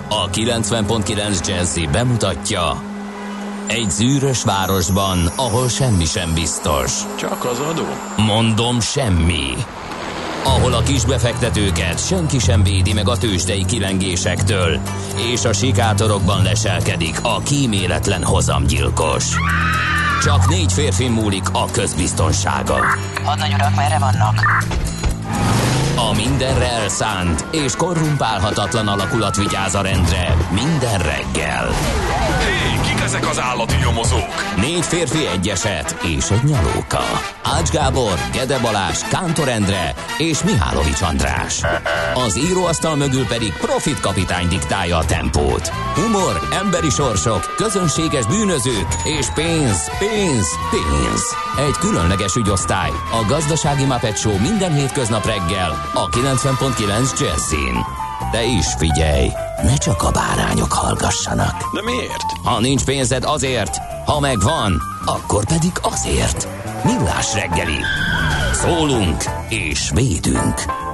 A 90.9 Jazzy bemutatja: egy zűrös városban, ahol semmi sem biztos. Csak az adó? Mondom, semmi. Ahol a kisbefektetőket senki sem védi meg a tőzsdei kilengésektől, és a sikátorokban leselkedik a kíméletlen hozamgyilkos. Csak 4 férfi múlik a közbiztonsága. Hadnagy urak, merre vannak? A mindenre elszánt és korrumpálhatatlan alakulat vigyáz a rendre minden reggel. Hé, kik ezek az állati nyomozók? 4 férfi, egy eset és egy nyalóka. Ács Gábor, Gede Balázs, Kántor Endre és Mihálovics András. Az íróasztal mögül pedig Profit kapitány diktálja a tempót. Humor, emberi sorsok, közönséges bűnözők és pénz, pénz, pénz. Egy különleges ügyosztály, a Gazdasági Muppet Show minden hétköznap reggel a 90.9 Jazzyn. De is figyelj, ne csak a bárányok hallgassanak. De miért? Ha nincs pénzed, azért, ha megvan, akkor pedig azért. Millás reggeli. Szólunk és védünk.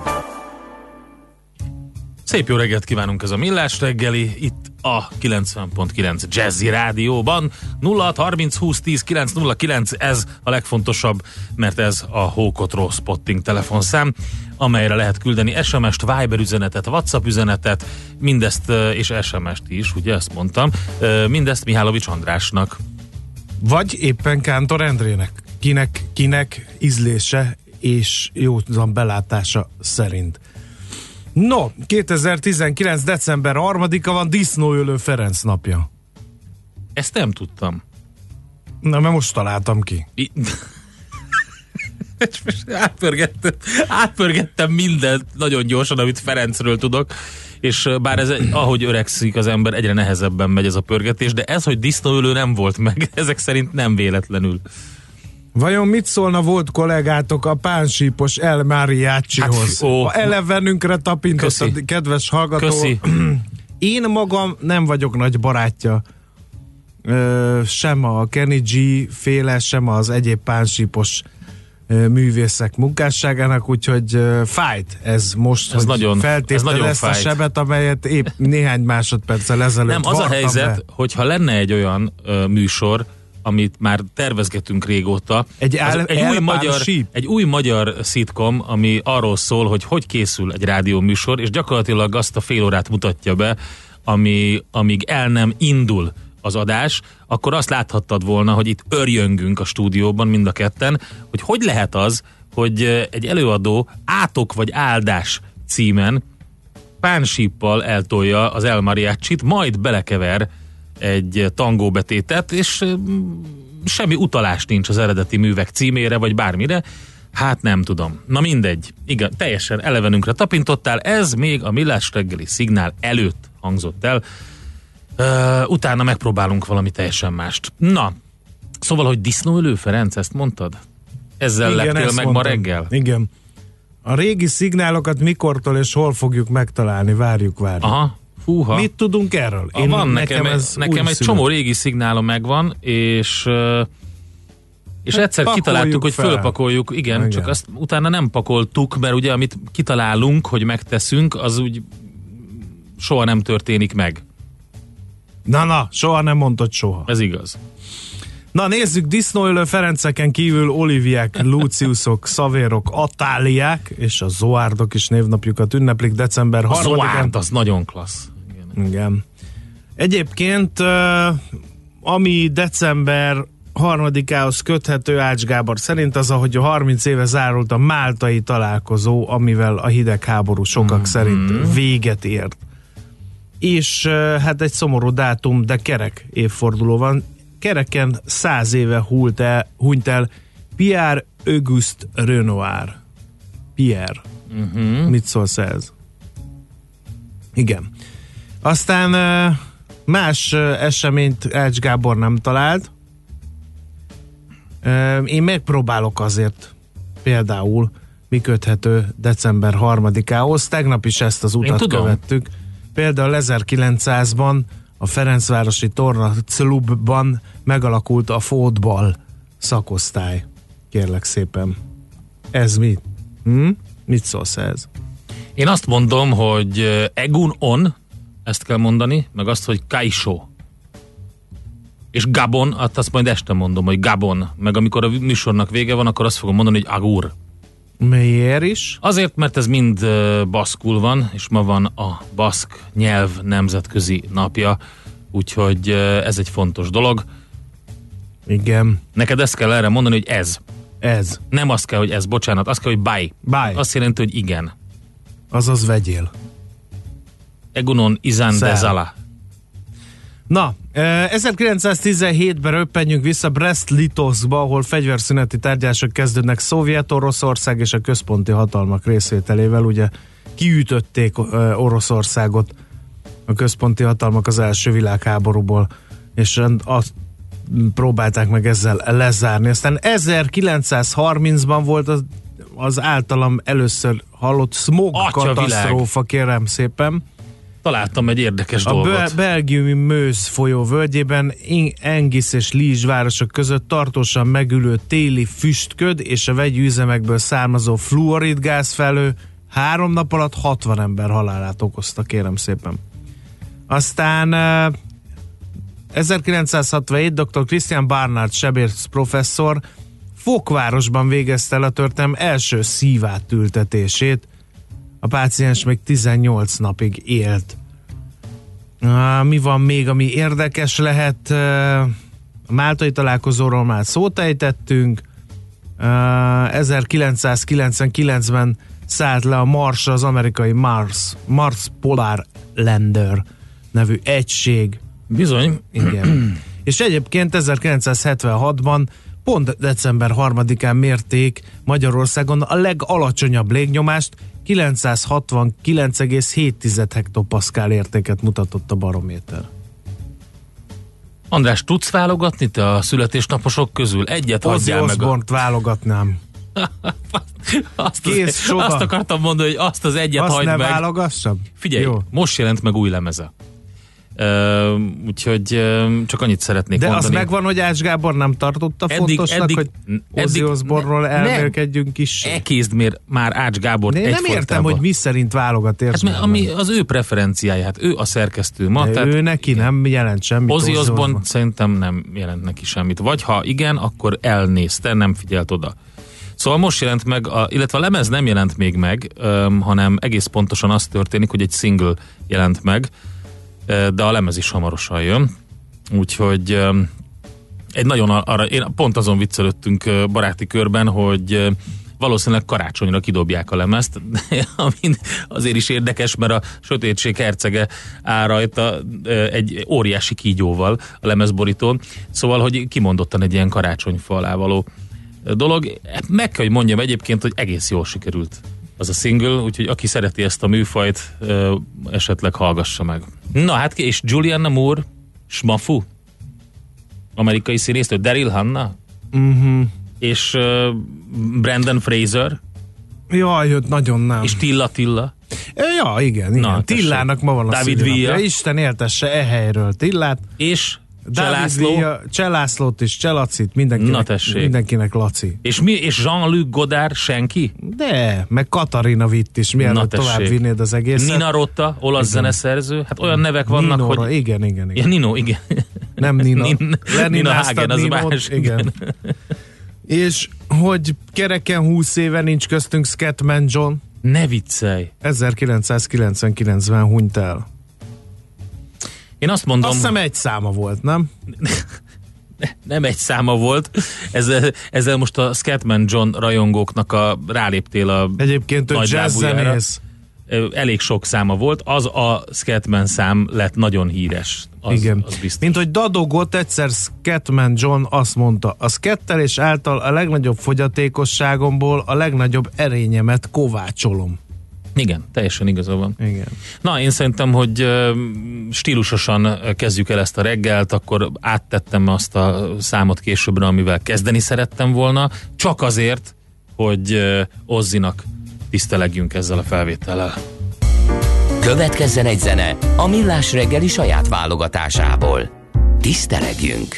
Szép jó reggelt kívánunk, ez a Millás reggeli, itt a 90.9 Jazzy Rádióban. 0630 20 10 909, ez a legfontosabb, mert ez a Hókotról Spotting telefonszám, amelyre lehet küldeni SMS-t, Viber üzenetet, WhatsApp üzenetet, mindezt, és SMS-t is, ugye ezt mondtam, mindezt Mihálovics Andrásnak. Vagy éppen Kántor Endrének, kinek ízlése és józan belátása szerint. No, 2019. december 3-a van, Disznóölő Ferenc napja. Ezt nem tudtam. Na, mert most találtam ki. Átpörgettem mindent nagyon gyorsan, amit Ferencről tudok, és bár ez, ahogy öregszik az ember, egyre nehezebben megy ez a pörgetés, de ez, hogy disznóölő nem volt meg, ezek szerint nem véletlenül. Vajon mit szólna volt kollégátok a pánsípos El Mariachihoz? Ha elevenünkre tapintott a kedves hallgató. Köszi. Én magam nem vagyok nagy barátja sem a Kenny G féle, sem az egyéb pánsípos művészek munkásságának, úgyhogy fájt ez most, ez hogy feltétlenül ezt fájt. A sebet, amelyet épp néhány másodperccel ezelőtt nem, az a helyzet, hogyha lenne egy olyan műsor, amit már tervezgetünk régóta. Egy új magyar szitkom, ami arról szól, hogy készül egy rádióműsor, és gyakorlatilag azt a fél órát mutatja be, amíg el nem indul az adás, akkor azt láthattad volna, hogy itt örjöngünk a stúdióban mind a ketten, hogy lehet az, hogy egy előadó Átok vagy áldás címen pánsíppal eltolja az El Mariachit, majd belekever egy tangóbetétet, és semmi utalás nincs az eredeti művek címére, vagy bármire. Hát nem tudom. Na mindegy. Igen, teljesen elevenünkre tapintottál. Ez még a Millás reggeli szignál előtt hangzott el. Utána megpróbálunk valami teljesen mást. Na, szóval, hogy Disznóölő Ferenc, ezt mondtad? Ezzel leptél meg ma reggel? Igen. A régi szignálokat mikortól és hol fogjuk megtalálni? Várjuk. Aha. Húha. Mit tudunk erről? Van nekem egy csomó régi szignálom megvan, és egyszer kitaláltuk, hogy fölpakoljuk, igen, csak azt utána nem pakoltuk, mert ugye amit kitalálunk, hogy megteszünk, az úgy soha nem történik meg. Na, soha nem mondtad soha. Ez igaz. Na nézzük, Disznóölő Ferenceken kívül Oliviák, Luciusok, Szavérok, Atáliák és a Zoárdok is névnapjukat ünneplik december 3-án. A Zoárd, az nagyon klassz. Igen. Egyébként, ami december 3-ához köthető Ács Gábor szerint, az, ahogy a 30 éve zárult a máltai találkozó, amivel a hidegháború sokak szerint véget ért. És hát egy szomorú dátum, de kerek évforduló van. Kereken 100 éve hunyt el Pierre Auguste Renoir. Pierre. Mit szólsz ez? Igen. Aztán más eseményt Ács Gábor nem talált. Én megpróbálok azért például mi köthető december 3-ához. Tegnap is ezt az utat követtük. Például 1900-ban a Ferencvárosi Torna Clubban megalakult a fótball szakosztály. Kérlek szépen. Ez mi? Mit szólsz ez? Én azt mondom, hogy Egun On ezt kell mondani, meg azt, hogy Kaisho. És Gabon, azt majd este mondom, hogy Gabon. Meg amikor a műsornak vége van, akkor azt fogom mondani, hogy Agur. Miért is? Azért, mert ez mind baszkul van, és ma van a baszk nyelv nemzetközi napja, úgyhogy ez egy fontos dolog. Igen. Neked ezt kell erre mondani, hogy ez. Ez. Nem azt kell, hogy ez, bocsánat, azt kell, hogy bye. Bye. Azt jelenti, hogy igen. Azaz vegyél. Egunon izan de zala. Na, 1917-ben röppenjünk vissza Brest-Litovskba, ahol fegyverszüneti tárgyalások kezdődnek Szovjet-Oroszország és a központi hatalmak részvételével. Ugye kiütötték Oroszországot a központi hatalmak az első világháborúból, és azt próbálták meg ezzel lezárni. Aztán 1930-ban volt az általam először hallott smog katasztrófa, kérem szépen. Találtam egy érdekes dolgot. A belgiumi Meuse folyó völgyében Engis és Liege városok között tartósan megülő téli füstköd és a vegyi üzemekből származó fluoridgáz felől 3 nap alatt 60 ember halálát okozta, kérem szépen. Aztán 1967 dr. Christian Barnard sebész professzor Fokvárosban végezte el a történelem első szívátültetését. A páciens még 18 napig élt. Mi van még, ami érdekes lehet? A máltai találkozóról már szót ejtettünk. 1999-ben szállt le a Marsra az amerikai Mars Polar Lander nevű egység. Bizony. Igen. És egyébként 1976-ban pont december 3-án mérték Magyarországon a legalacsonyabb légnyomást, 969,7 hektopaszkál értéket mutatott a barométer. András, tudsz válogatni te a születésnaposok közül? Egyet hagyjál meg. Ozzy Osbourne-t válogatnám. Azt akartam mondani, hogy azt az egyet azt hagyd meg. Azt ne válogassam? Figyelj, jó. Most jelent meg új lemeze. Úgyhogy csak annyit szeretnék mondani. De az megvan, hogy Ács Gábor nem tartotta fontosnak, hogy Ozzy Osbourne-ról elmélkedjünk is. Elkézd már Ács Gábort egyfolytában. Én nem értem, hogy mi szerint válogat, értsd. Hát ami az ő preferenciája, hát ő a szerkesztő ma. Tehát ő neki nem jelent semmit. Ozzy Osbourne szerintem nem jelent neki semmit. Vagy ha igen, akkor elnézte, nem figyelt oda. Szóval most jelent meg, illetve a lemez nem jelent még meg, hanem egész pontosan az történik, hogy egy single jelent meg, de a lemez is hamarosan jön. Úgyhogy én pont azon viccelődtünk baráti körben, hogy valószínűleg karácsonyra kidobják a lemezt, ami azért is érdekes, mert a Sötétség hercege áll rajta egy óriási kígyóval a lemezborítón, szóval, hogy kimondottan egy ilyen karácsonyfa alá való dolog. Meg kell, hogy mondjam egyébként, hogy egész jól sikerült az a single, úgyhogy aki szereti ezt a műfajt, esetleg hallgassa meg. Na hát, és Julianne Moore, Smafu, amerikai színésznő, Daryl Hannah, és Brendan Fraser. Jaj, nagyon nem. És Tilla. Ja, igen. Na, Tillának ma van a David Villa. Isten éltesse helyről Tillát. És Cselászlót és Cselacit, mindenkinek Laci. És Jean-Luc Godard senki? De, meg Katarina Witt is, mielőtt tovább vinnéd az egészet. Nina Rotta, olasz zeneszerző. Hát olyan nevek vannak, Ninóra, hogy... Igen. Ja, Nino, igen. Nem Nina. Nina Hagen, az más. Igen. És hogy kereken 20 éve nincs köztünk Scatman John. Ne viccelj. 1999-ben hunyt el. Én azt mondom... Azt hiszem egy száma volt, nem? Nem egy száma volt. Ezzel most a Scatman John rajongóknak ráléptél a egyébként ő jazzzenész. Elég sok száma volt. Az a Scatman szám lett nagyon híres. Igen. Az biztos. Mint hogy dadogott egyszer Scatman John azt mondta, a szkettelés által a legnagyobb fogyatékosságomból a legnagyobb erényemet kovácsolom. Igen, teljesen igaza van. Igen. Na, én szerintem, hogy stílusosan kezdjük el ezt a reggelt, akkor áttettem azt a számot későbbre, amivel kezdeni szerettem volna, csak azért, hogy Ozzinak tisztelegjünk ezzel a felvétellel. Következzen egy zene a Millás reggeli saját válogatásából. Tisztelegjünk!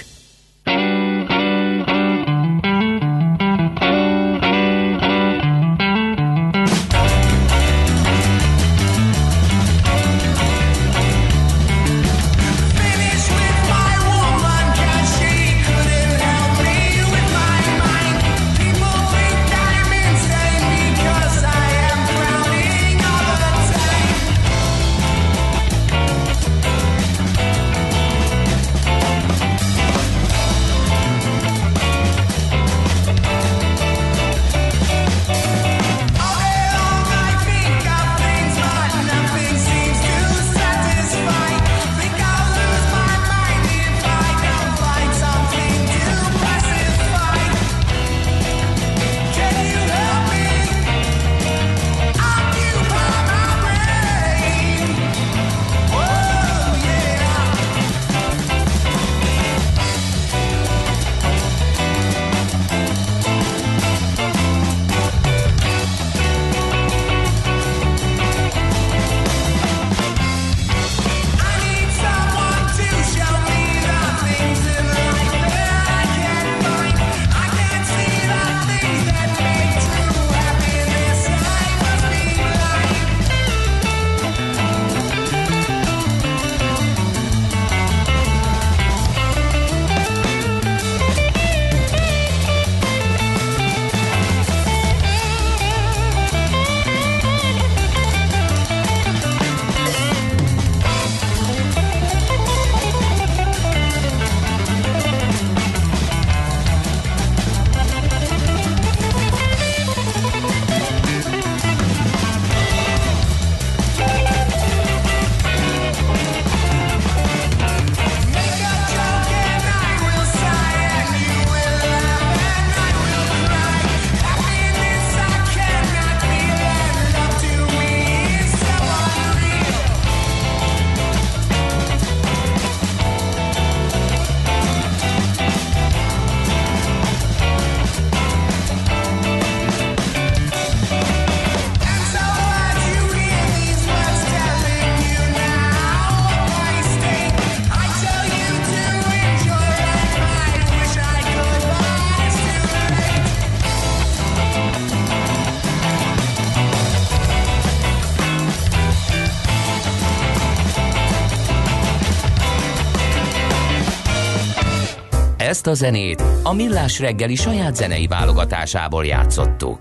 Ezt a zenét a Millás reggeli saját zenei válogatásából játszottuk.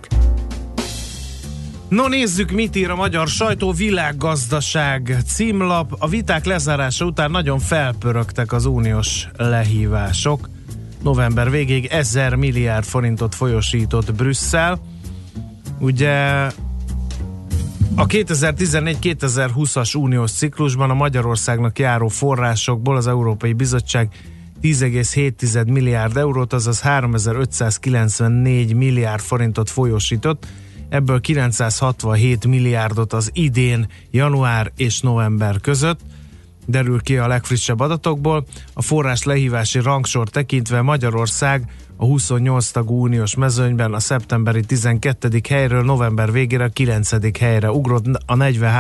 No, nézzük, mit ír a magyar sajtó. Világgazdaság címlap. A viták lezárása után nagyon felpörögtek az uniós lehívások. November végéig 1000 milliárd forintot folyosított Brüsszel. Ugye a 2014-2020-as uniós ciklusban a Magyarországnak járó forrásokból az Európai Bizottság 10,7 milliárd eurót, azaz 3594 milliárd forintot folyósított, ebből 967 milliárdot az idén január és november között, derül ki a legfrissebb adatokból. A forrás lehívási rangsor tekintve Magyarország a 28 tagú uniós mezőnyben a szeptemberi 12. helyről november végére a 9. helyre ugrott, a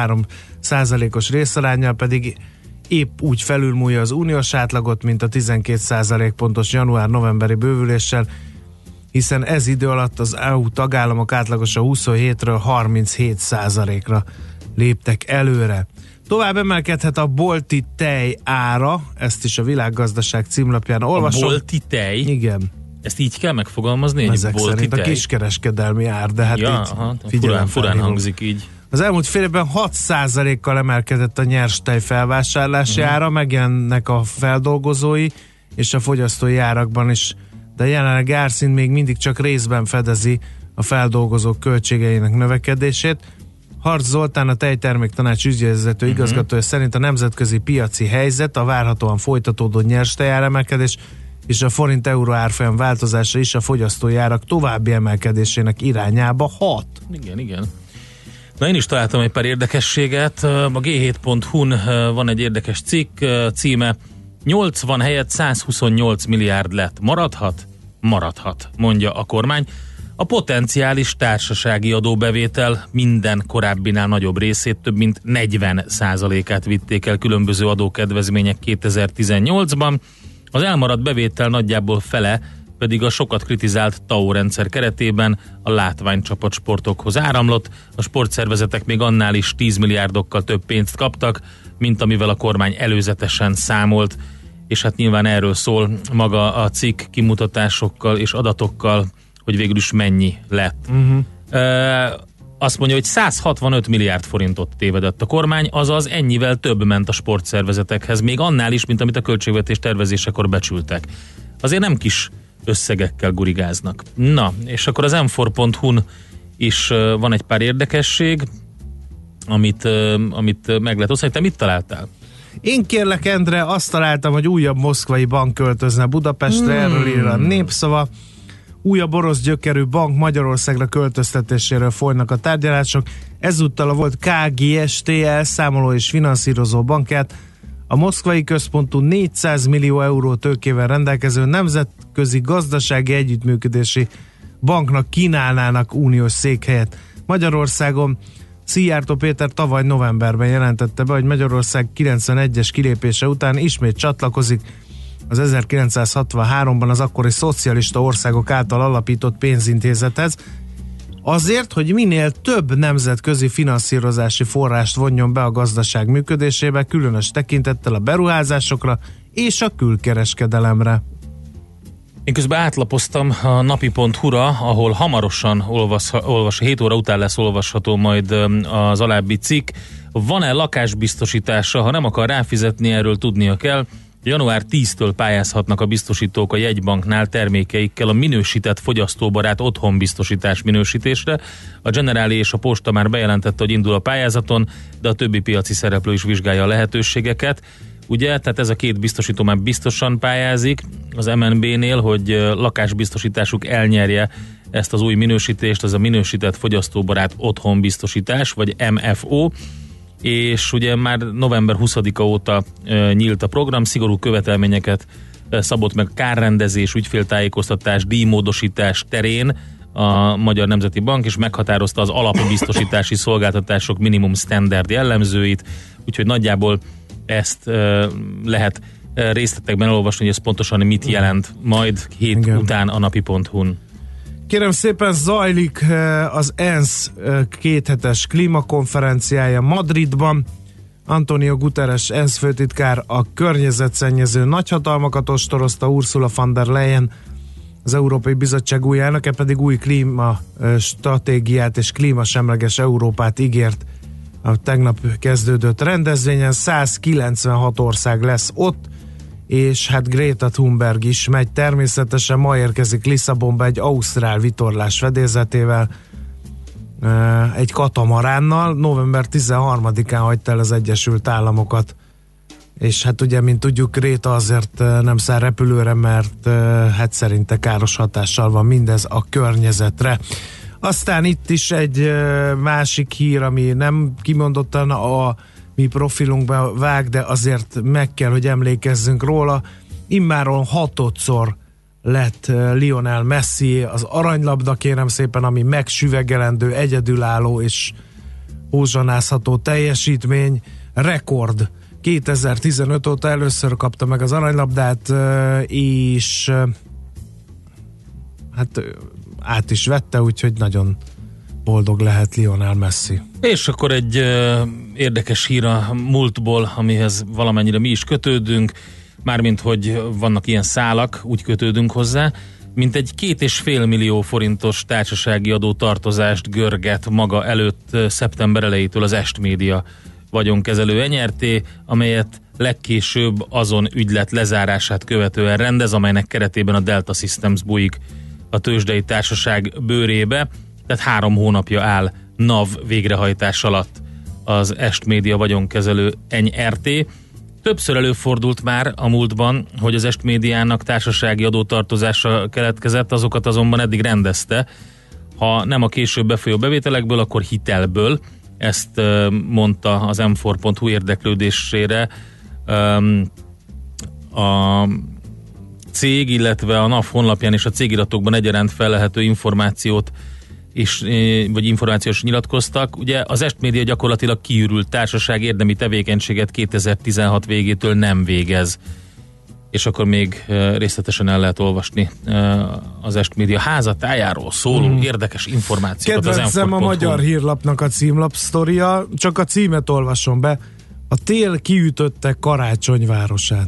43%-os részaránnyal pedig épp úgy felülmúlja az uniós átlagot, mint a 12% pontos január-novemberi bővüléssel, hiszen ez idő alatt az EU tagállamok átlagosan 27-ről 37%-ra léptek előre. Tovább emelkedhet a bolti tej ára, ezt is a Világgazdaság címlapján olvasom. A bolti tej? Igen. Ezt így kell megfogalmazni? Ezek szerint tej? A kiskereskedelmi ár, de hát ja, így furán hangzik így. Az elmúlt fél évben 6%-kal emelkedett a nyerstej felvásárlási ára, megjelennek a feldolgozói és a fogyasztói árakban is, de jelenleg árszint még mindig csak részben fedezi a feldolgozók költségeinek növekedését. Harcz Zoltán, a Tejterméktanács ügyvezető igazgatója szerint a nemzetközi piaci helyzet, a várhatóan folytatódó nyerstej áremelkedés és a forint-euró árfolyam változása is a fogyasztói árak további emelkedésének irányába hat. Igen. Na, én is találtam egy pár érdekességet. A G7.hu-n van egy érdekes cikk, címe 80 helyett 128 milliárd lett. Maradhat, mondja a kormány. A potenciális társasági adóbevétel minden korábbinál nagyobb részét, több mint 40%-át vitték el különböző adókedvezmények 2018-ban. Az elmaradt bevétel nagyjából fele pedig a sokat kritizált TAO rendszer keretében a látványcsapatsportokhoz áramlott. A sportszervezetek még annál is 10 milliárdokkal több pénzt kaptak, mint amivel a kormány előzetesen számolt, és hát nyilván erről szól maga a cikk kimutatásokkal és adatokkal, hogy végül is mennyi lett. Azt mondja, hogy 165 milliárd forintot tévedett a kormány, azaz ennyivel több ment a sportszervezetekhez, még annál is, mint amit a költségvetés tervezésekor becsültek. Azért nem kis összegekkel gurigáznak. Na, és akkor az m4.hu-n is van egy pár érdekesség, amit meg lehet osztani. Te mit találtál? Én kérlek, Endre, azt találtam, hogy újabb moszkvai bank költözne Budapestre, erről ír a Népszava. Újabb orosz gyökerű bank Magyarországra költöztetéséről folynak a tárgyalások. Ezúttal a volt KGST elszámoló és finanszírozó bankját a moszkvai központú 400 millió euró tőkével rendelkező Nemzetközi Gazdasági Együttműködési Banknak kínálnának uniós székhelyet. Magyarországon Szijjártó Péter tavaly novemberben jelentette be, hogy Magyarország 91-es kilépése után ismét csatlakozik az 1963-ban az akkori szocialista országok által alapított pénzintézethez, azért, hogy minél több nemzetközi finanszírozási forrást vonjon be a gazdaság működésébe, különös tekintettel a beruházásokra és a külkereskedelemre. Én közben átlapoztam a napi.hu-ra, ahol hamarosan 7 óra után lesz olvasható majd az alábbi cikk. Van-e lakásbiztosítása? Ha nem akar ráfizetni, erről tudnia kell. Január 10-től pályázhatnak a biztosítók a jegybanknál termékeikkel a minősített fogyasztóbarát otthonbiztosítás minősítésre. A Generali és a Posta már bejelentette, hogy indul a pályázaton, de a többi piaci szereplő is vizsgálja a lehetőségeket. Ugye, tehát ez a két biztosító már biztosan pályázik az MNB-nél, hogy lakásbiztosításuk elnyerje ezt az új minősítést, ez a minősített fogyasztóbarát otthonbiztosítás, vagy MFO, és ugye már november 20-a óta nyílt a program, szigorú követelményeket szabott meg kárrendezés, ügyféltájékoztatás, díjmódosítás terén a Magyar Nemzeti Bank, és meghatározta az alapbiztosítási szolgáltatások minimum standard jellemzőit, úgyhogy nagyjából ezt lehet részletekben olvasni, hogy ez pontosan mit jelent majd hét után a napi.hu-n. Kérem szépen, zajlik az ENSZ kéthetes klímakonferenciája Madridban. Antonio Guterres ENSZ főtitkár a környezetszennyező nagyhatalmakat ostorozta, Ursula von der Leyen, az Európai Bizottság új elnöke pedig új klímastratégiát és klímasemleges Európát ígért a tegnap kezdődött rendezvényen. 196 ország lesz ott, és hát Greta Thunberg is megy természetesen. Ma érkezik Lisszabonba egy ausztrál vitorlás fedélzetével, egy katamaránnal. November 13-án hagyta el az Egyesült Államokat, és hát ugye, mint tudjuk, Greta azért nem száll repülőre, mert hát szerinte káros hatással van mindez a környezetre. Aztán itt is egy másik hír, ami nem kimondottan a mi profilunkba vág, de azért meg kell, hogy emlékezzünk róla. Immáron 6-szor lett Lionel Messi az aranylabda, kérem szépen, ami megsüvegelendő, egyedülálló és hózsanázható teljesítmény, rekord. 2015 óta először kapta meg az aranylabdát, és hát át is vette, úgyhogy nagyon boldog lehet Lionel Messi. És akkor egy érdekes hír a múltból, amihez valamennyire mi is kötődünk, mármint hogy vannak ilyen szálak, úgy kötődünk hozzá, mint egy 2,5 millió forintos társasági adó tartozást görget maga előtt szeptember elejétől az Est Média vagyonkezelő NRT, amelyet legkésőbb azon ügylet lezárását követően rendez, amelynek keretében a Delta Systems bújik a tőzsdei társaság bőrébe, tehát 3 hónapja áll NAV végrehajtás alatt az Est Média vagyonkezelő NRT. Többször előfordult már a múltban, hogy az Est Médiának társasági adótartozása keletkezett, azokat azonban eddig rendezte. Ha nem a később befolyó bevételekből, akkor hitelből. Ezt mondta az m4.hu érdeklődésére a cég, illetve a NAV honlapján és a cégiratokban egyaránt felelhető információt és, vagy információs nyilatkoztak. Ugye az Est Média gyakorlatilag kiürült társaság, érdemi tevékenységet 2016 végétől nem végez. És akkor még részletesen el lehet olvasni az Est Média házatájáról szóló érdekes információkat. Kedvencem a Magyar Hírlapnak a címlap sztoria, csak a címet olvasom be. A tél kiütötte Karácsonyvárosát.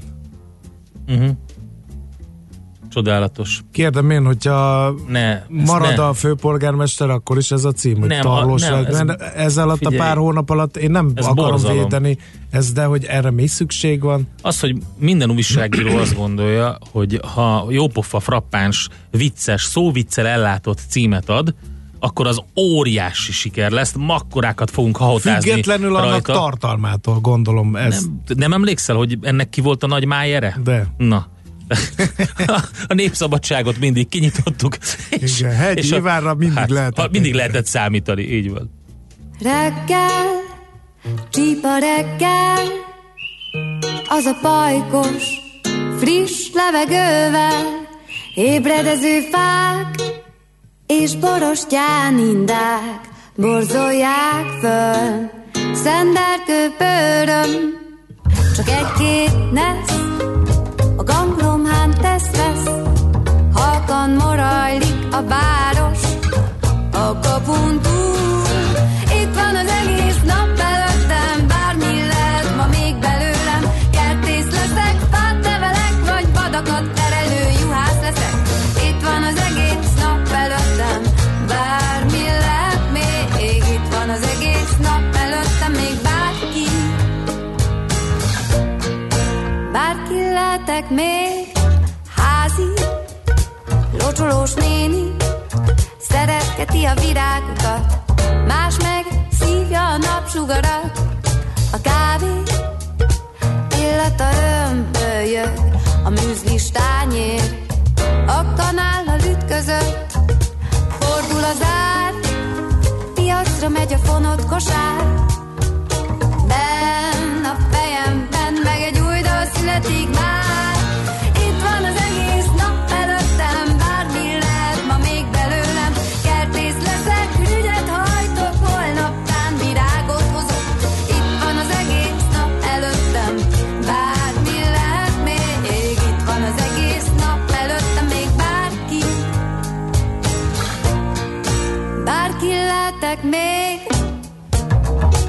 Csodálatos. Kérdem én, hogyha marad a főpolgármester, akkor is ez a cím, hogy tarlós. Ez alatt a pár hónap alatt én nem akarom borzalom. Védeni ez, de hogy erre mi szükség van? Az, hogy minden újságíró azt gondolja, hogy ha jópofa, frappáns, vicces, szóviccel ellátott címet ad, akkor az óriási siker lesz, makkorákat fogunk hahotázni függetlenül rajta. Annak tartalmától, gondolom ez. Nem emlékszel, hogy ennek ki volt a nagy májere? De. Na. A Népszabadságot mindig kinyitottuk. Igen, Hegyi Ivánra mindig lehetett számítani, így van. Reggel, csípa reggel, az a pajkos, friss levegővel, ébredező fák és borostyán indák borzolják föl. Szenderkő pöröm, csak egy-két nesz, a ganglomhán tesz-vesz, halkan morajlik a város a kapun túl. Itt van az egész nap előttem, bármi lehet ma még belőlem. Kertész leszek, fát nevelek, vagy vadakat terelő juhász leszek. Itt van az egész nap előttem, bármi lehet még. Itt van az egész nap előttem, még bárki. Bárki lehetek még, házi, locsolós néni, szeretgeti a virágokat, más meg szívja a napsugarat. A kávé illata ömbölyög, a műzlis tányér a kanállal ütközött. Fordul az ár, piacra megy a fonott kosár. Benn a fejemben meg egy új dal születik már. Itt van az egész nap előttem, bármi lehet ma még belőlem. Kertész leszek, ügyet hajtok, holnaptán virágot hozok. Itt van az egész nap előttem, bármi lehet még. Itt van az egész nap előttem, még bárki. Bárki lehetek még.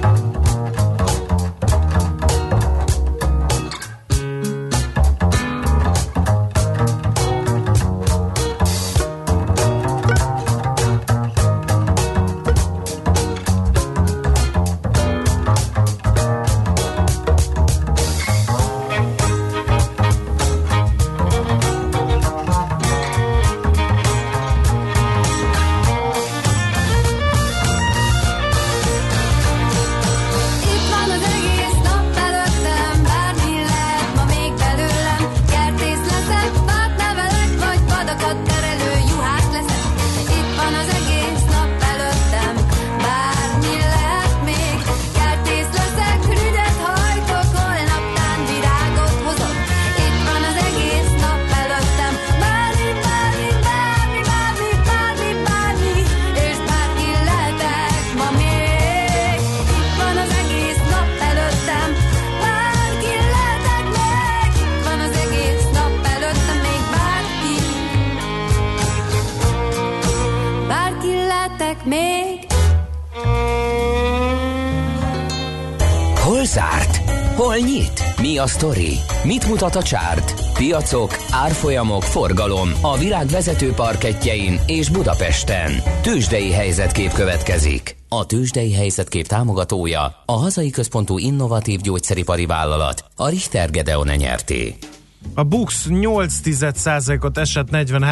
Hol zárt? Hol nyit? Mi a sztori? Mit mutat a csárt? Piacok, árfolyamok, forgalom a világ vezető parkettjein és Budapesten. Tőzsdei helyzetkép következik. A Tőzsdei helyzetkép támogatója a hazai központú innovatív gyógyszeripari vállalat, a Richter Gedeon Nyerté. A BUX 0,8%-ot esett,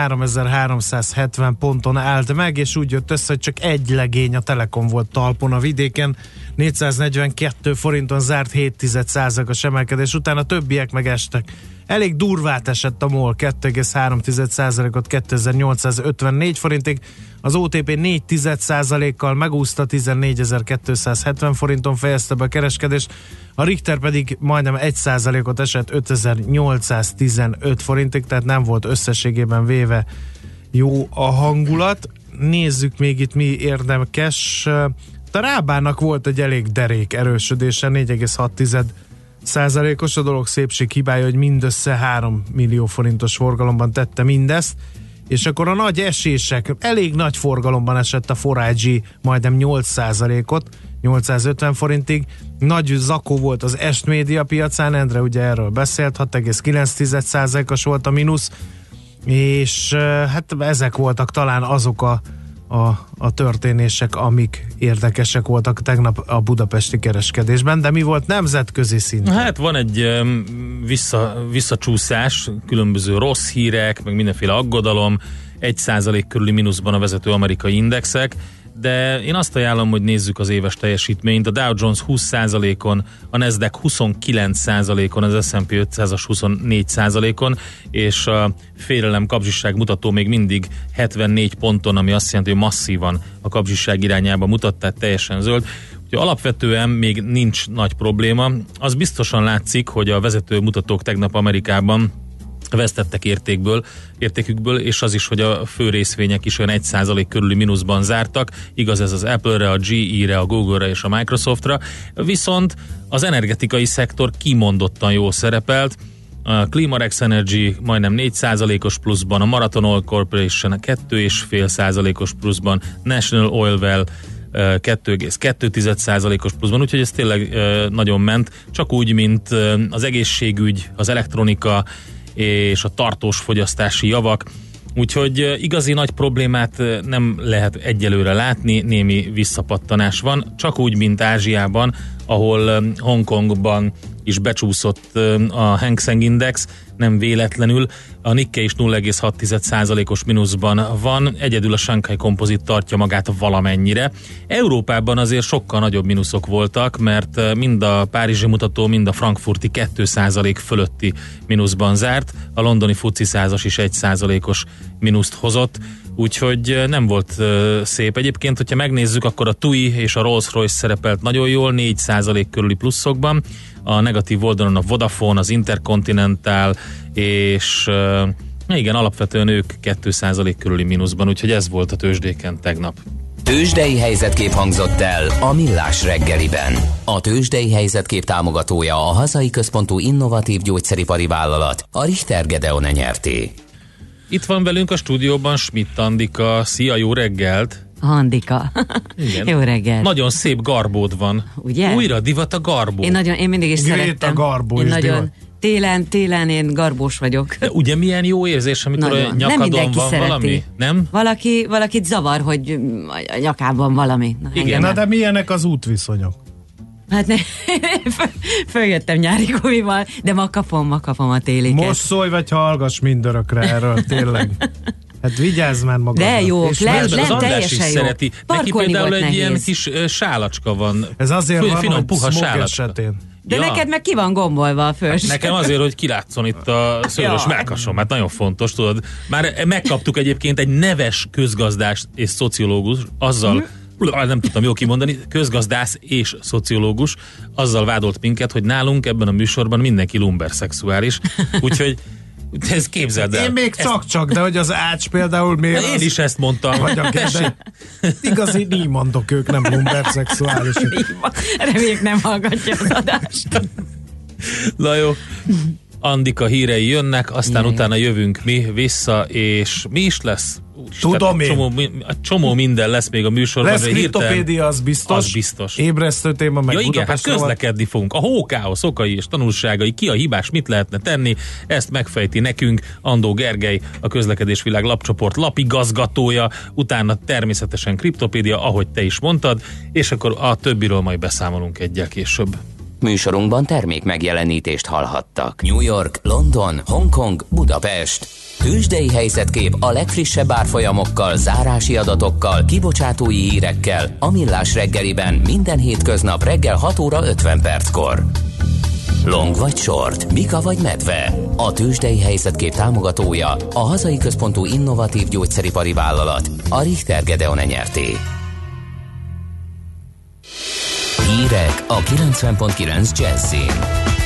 43.370 ponton állt meg, és úgy jött össze, hogy csak egy legény, a Telekom volt talpon a vidéken, 442 forinton zárt, 0,7%-os emelkedés után, a többiek meg estek. Elég durvát esett a MOL, 2,3%-ot 2854 forintig, az OTP 4%-kal megúszta, 14.270 forinton fejezte be a kereskedést, a Richter pedig majdnem 1%-ot esett, 5815 forintig, tehát nem volt összességében véve jó a hangulat. Nézzük még itt mi érdekes. A Rábának volt egy elég derék erősödése, 4,6%-os, a dolog szépség hibája, hogy mindössze 3 millió forintos forgalomban tette mindezt, és akkor a nagy esések, elég nagy forgalomban esett a Forágyi, majdnem 8%-ot, 850 forintig, nagy zakó volt az Est Média piacán, Endre ugye erről beszélt, 6,9%-os volt a mínusz, és hát ezek voltak talán azok a történések, amik érdekesek voltak tegnap a budapesti kereskedésben, de mi volt nemzetközi szinten? Hát van egy visszacsúszás, különböző rossz hírek, meg mindenféle aggodalom, 1% körüli mínuszban a vezető amerikai indexek, de én azt ajánlom, hogy nézzük az éves teljesítményt. A Dow Jones 20%-on, a Nasdaq 29%-on, az S&P 500-as 24%-on, és a félelem kapzsiság mutató még mindig 74 ponton, ami azt jelenti, hogy masszívan a kapzsiság irányába mutat, tehát teljesen zöld. Úgyhogy alapvetően még nincs nagy probléma. Az biztosan látszik, hogy a vezető mutatók tegnap Amerikában vesztettek értékükből, és az is, hogy a fő részvények is olyan 1% körüli mínuszban zártak, igaz ez az Apple-re, a GE-re, a Google-re és a Microsoftra, viszont az energetikai szektor kimondottan jól szerepelt, a Climarex Energy majdnem 4%-os pluszban, a Marathon Oil Corporation 2,5%-os pluszban, National Oilwell 2,2%-os pluszban, úgyhogy ez tényleg nagyon ment, csak úgy, mint az egészségügy, az elektronika és a tartós fogyasztási javak. Úgyhogy igazi nagy problémát nem lehet egyelőre látni, némi visszapattanás van, csak úgy, mint Ázsiában, ahol Hongkongban is becsúszott a Hang Seng Index, nem véletlenül. A Nikkei is 0,6%-os mínuszban van, egyedül a Shanghai Composite tartja magát valamennyire. Európában azért sokkal nagyobb mínuszok voltak, mert mind a párizsi mutató, mind a frankfurti 2% fölötti mínuszban zárt, a londoni FTSE 100-as is 1%-os mínuszt hozott, úgyhogy nem volt szép. Egyébként, hogyha megnézzük, akkor a TUI és a Rolls-Royce szerepelt nagyon jól, 4% körüli pluszokban, a negatív oldalon a Vodafone, az Intercontinental, és igen, alapvetően ők 2% körüli mínuszban, úgyhogy ez volt a tőzsdéken tegnap. Tőzsdei helyzetkép hangzott el a Millás reggeliben. A Tőzsdei helyzetkép támogatója a hazai központú innovatív gyógyszeripari vállalat, a Richter Gedeon Nyerté. Itt van velünk a stúdióban Schmidt Andika. Szia, jó reggelt! Andika. Igen. Jó reggelt. Nagyon szép garbód van. Ugye? Újra divat a garbó. Én mindig is szerettem. Garbó én is nagyon télen én garbós vagyok. De ugye milyen jó érzés, amikor nagyon. A nyakadon van szereti. Valami? Nem? Valakit zavar, hogy a nyakában valami. Igen, na de milyenek az útviszonyok? Hát följöttem nyári gumival, de ma kapom a téliket. Most szólj, vagy hallgass mindörökre erről, tényleg. Hát vigyázz már magadra. De jó, az András is szereti. Neki például egy ilyen kis sálacska van. Ez azért van, finom, hogy puha smoke esetén. De neked meg ki van gombolva a fős. Nekem azért, hogy kilátszon itt a szőrös mellkasom, hát nagyon fontos, tudod. Már megkaptuk egyébként egy neves közgazdász és szociológus, azzal, nem tudtam jól kimondani, közgazdász és szociológus, azzal vádolt minket, hogy nálunk ebben a műsorban mindenki lumberszexuális. Úgyhogy ez képzeld el. Én még csak, de hogy az Ács például miért? Én is ezt mondtam. Vagy a Gede. Igazi nímandok, ők nem lumberszexuálisok. Reméljük nem hallgatja az adást. Na jó. Andika hírei jönnek, aztán utána jövünk mi vissza, és mi is lesz? Tudom én. Csomó minden lesz még a műsorban. Lesz kriptopédia, az biztos. Az biztos. Ébresztő téma, meg igen, Budapest közlekedni fogunk. A hókáosz okai és tanulságai, ki a hibás, mit lehetne tenni, ezt megfejti nekünk Andó Gergely, a Közlekedésvilág lapcsoport lapigazgatója, utána természetesen kriptopédia, ahogy te is mondtad, és akkor a többiről majd beszámolunk egyel később. Műsorunkban termék megjelenítést hallhattak. New York, London, Hongkong, Budapest. Tőzsdei helyzetkép a legfrissebb árfolyamokkal, zárási adatokkal, kibocsátói hírekkel a Millás reggeliben minden hétköznap reggel 6 óra 50 perckor. Long vagy short, Mika vagy medve. A Tőzsdei helyzetkép támogatója a hazai központú innovatív gyógyszeripari vállalat, a Richter Gedeon nyerté. Hírek a 90.9 Jazzin.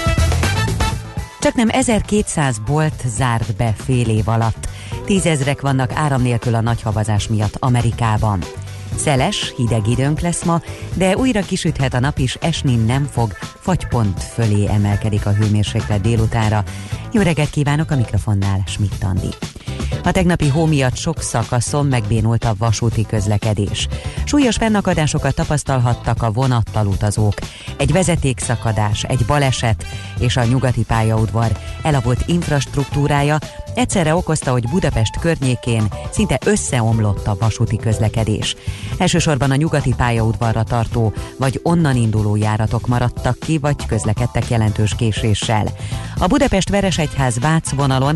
Csaknem 1200 bolt zárt be fél év alatt. 10 000 vannak áram nélkül a nagy havazás miatt Amerikában. Szeles, hideg időnk lesz ma, de újra kisüthet a nap is, esni nem fog, fagypont fölé emelkedik a hőmérséklet délutánra. Jó reggelt kívánok, a mikrofonnál Schmidt Andi. A tegnapi hó miatt sok szakaszon megbénult a vasúti közlekedés. Súlyos fennakadásokat tapasztalhattak a vonattal utazók. Egy vezetékszakadás, egy baleset és a nyugati pályaudvar elavult infrastruktúrája egyszerre okozta, hogy Budapest környékén szinte összeomlott a vasúti közlekedés. Elsősorban a nyugati pályaudvarra tartó vagy onnan induló járatok maradtak ki, vagy közlekedtek jelentős késéssel. A Budapest-Veresegyház-Vác vonalon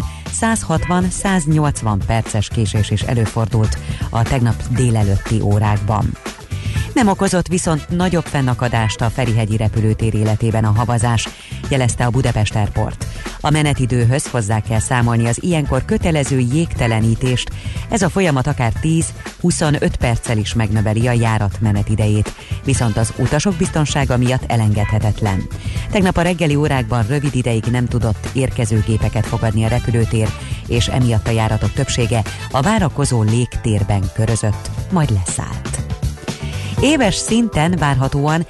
160-180 perces késés is előfordult a tegnap délelőtti órákban. Nem okozott viszont nagyobb fennakadást a Ferihegyi repülőtér életében a havazás, jelezte a Budapest Airport. A menetidőhöz hozzá kell számolni az ilyenkor kötelező jégtelenítést, ez a folyamat akár 10-25 perccel is megnöveli a járat menetidejét, viszont az utasok biztonsága miatt elengedhetetlen. Tegnap a reggeli órákban rövid ideig nem tudott érkezőgépeket fogadni a repülőtér, és emiatt a járatok többsége a várakozó légtérben körözött, majd leszállt. Éves szinten várhatóan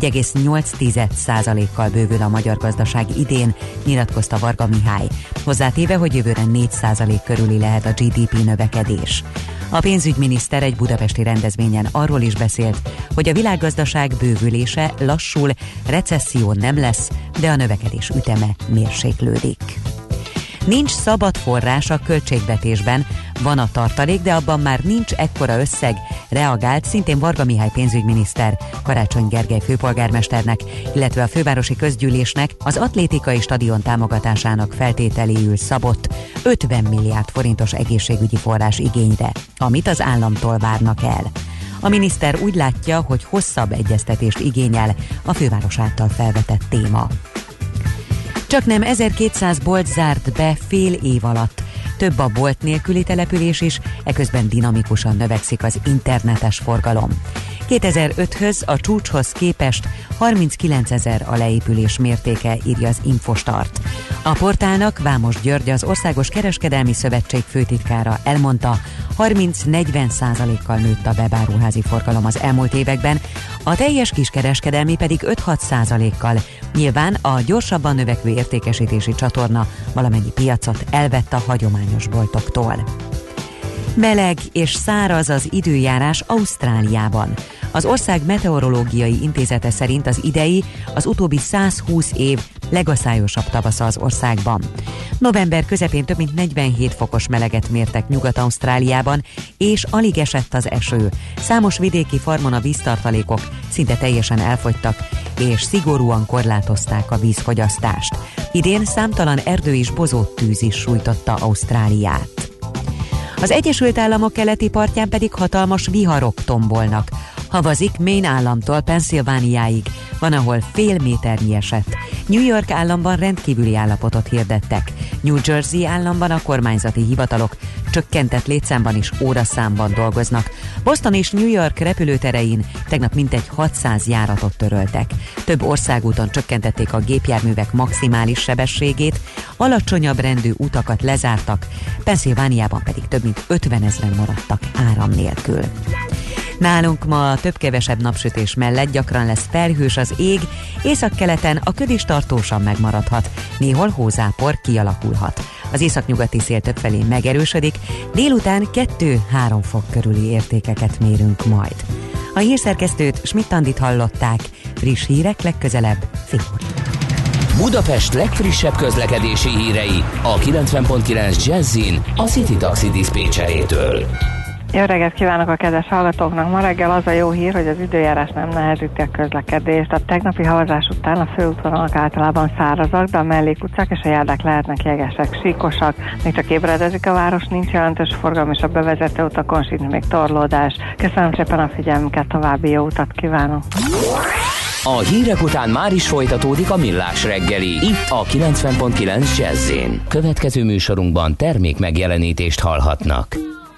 4,8%-kal bővül a magyar gazdaság idén, nyilatkozta Varga Mihály, hozzátéve, hogy jövőre 4% körüli lehet a GDP növekedés. A pénzügyminiszter egy budapesti rendezvényen arról is beszélt, hogy a világgazdaság bővülése lassul, recesszió nem lesz, de a növekedés üteme mérséklődik. Nincs szabad forrás a költségvetésben, van a tartalék, de abban már nincs ekkora összeg, reagált szintén Varga Mihály pénzügyminiszter Karácsony Gergely főpolgármesternek, illetve a fővárosi közgyűlésnek az atlétikai stadion támogatásának feltételéül szabott 50 milliárd forintos egészségügyi forrás igényre, amit az államtól várnak el. A miniszter úgy látja, hogy hosszabb egyeztetést igényel a főváros által felvetett téma. Csaknem 1200 bolt zárt be fél év alatt. Több a bolt nélküli település is, eközben dinamikusan növekszik az internetes forgalom. 2005-höz a csúcshoz képest 39 000 a leépülés mértéke, írja az Infostart. A portálnak Vámos György, az Országos Kereskedelmi Szövetség főtitkára elmondta, 30-40%-kal nőtt a webáruházi forgalom az elmúlt években, a teljes kiskereskedelmi pedig 5-6%-kal. Nyilván a gyorsabban növekvő értékesítési csatorna valamennyi piacot elvett a hagyományos boltoktól. Meleg és száraz az időjárás Ausztráliában. Az ország meteorológiai intézete szerint az idei, az utóbbi 120 év legaszályosabb tavasza az országban. November közepén több mint 47 fokos meleget mértek Nyugat-Ausztráliában, és alig esett az eső. Számos vidéki farmon a víztartalékok szinte teljesen elfogytak, és szigorúan korlátozták a vízfogyasztást. Idén számtalan erdő és bozóttűz is sújtotta Ausztráliát. Az Egyesült Államok keleti partján pedig hatalmas viharok tombolnak. Havazik Maine államtól Pennsylvániáig, van, ahol fél méternyi esett. New York államban rendkívüli állapotot hirdettek. New Jersey államban a kormányzati hivatalok csökkentett létszámban és óraszámban dolgoznak. Boston és New York repülőterein tegnap mintegy 600 járatot töröltek. Több országúton csökkentették a gépjárművek maximális sebességét, alacsonyabb rendű utakat lezártak, Pennsylvániában pedig több mint 50 000 maradtak áram nélkül. Nálunk ma több-kevesebb napsütés mellett gyakran lesz felhős az ég, északkeleten a köd is tartósan megmaradhat, néhol hózápor kialakulhat. Az északnyugati szél többfelé megerősödik, délután 2-3 fok körüli értékeket mérünk majd. A hírszerkesztőt, Schmidt-Andit hallották, friss hírek legközelebb fél óra. Budapest legfrissebb közlekedési hírei a 90.9 Jazzin a City Taxi diszpécsejétől. Jó reggelt kívánok a kedves hallgatóknak! Ma reggel az a jó hír, hogy az időjárás nem nehezíti a közlekedést. A tegnapi havazás után a főútvonalak általában szárazak, de a mellékutcák és a járdák lehetnek jegesek, síkosak. Még csak ébredezik a város, nincs jelentős forgalom, és a bevezető utakon sincs még torlódás. Köszönöm szépen a figyelmüket, további jó utat kívánok! A hírek után már is folytatódik a Millás reggeli, itt a 90.9 Jazz-én. Következő műsorunkban termék megjelenítést hallhatnak.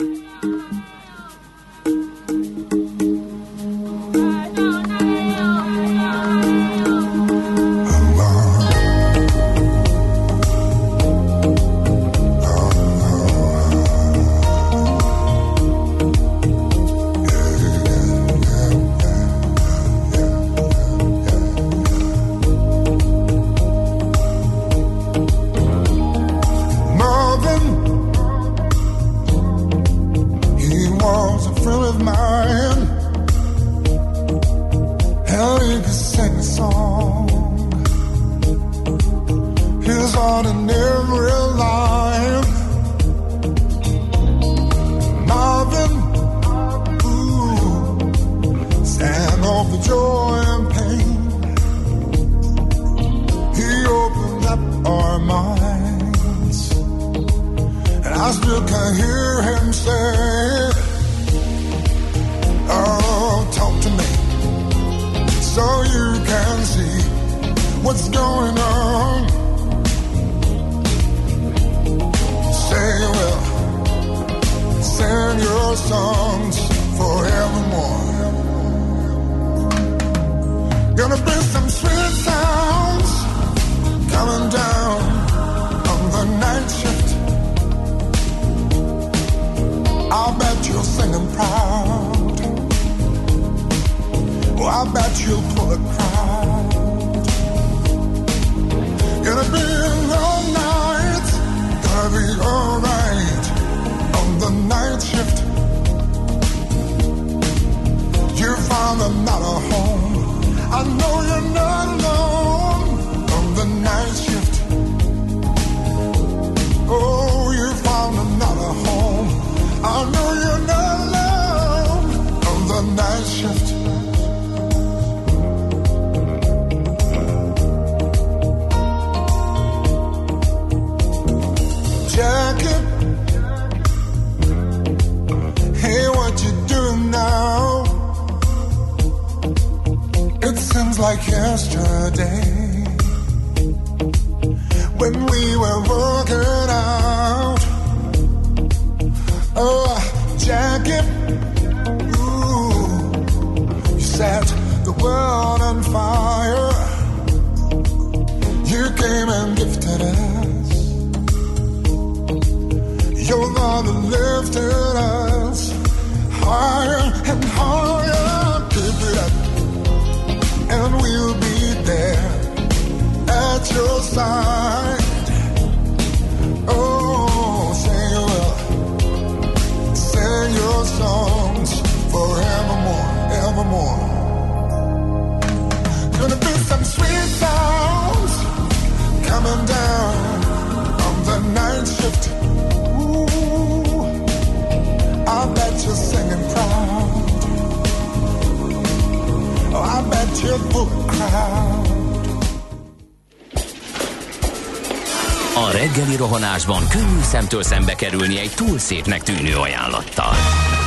A reggeli rohanásban könnyű szemtől szembe kerülni egy túl szépnek tűnő ajánlattal.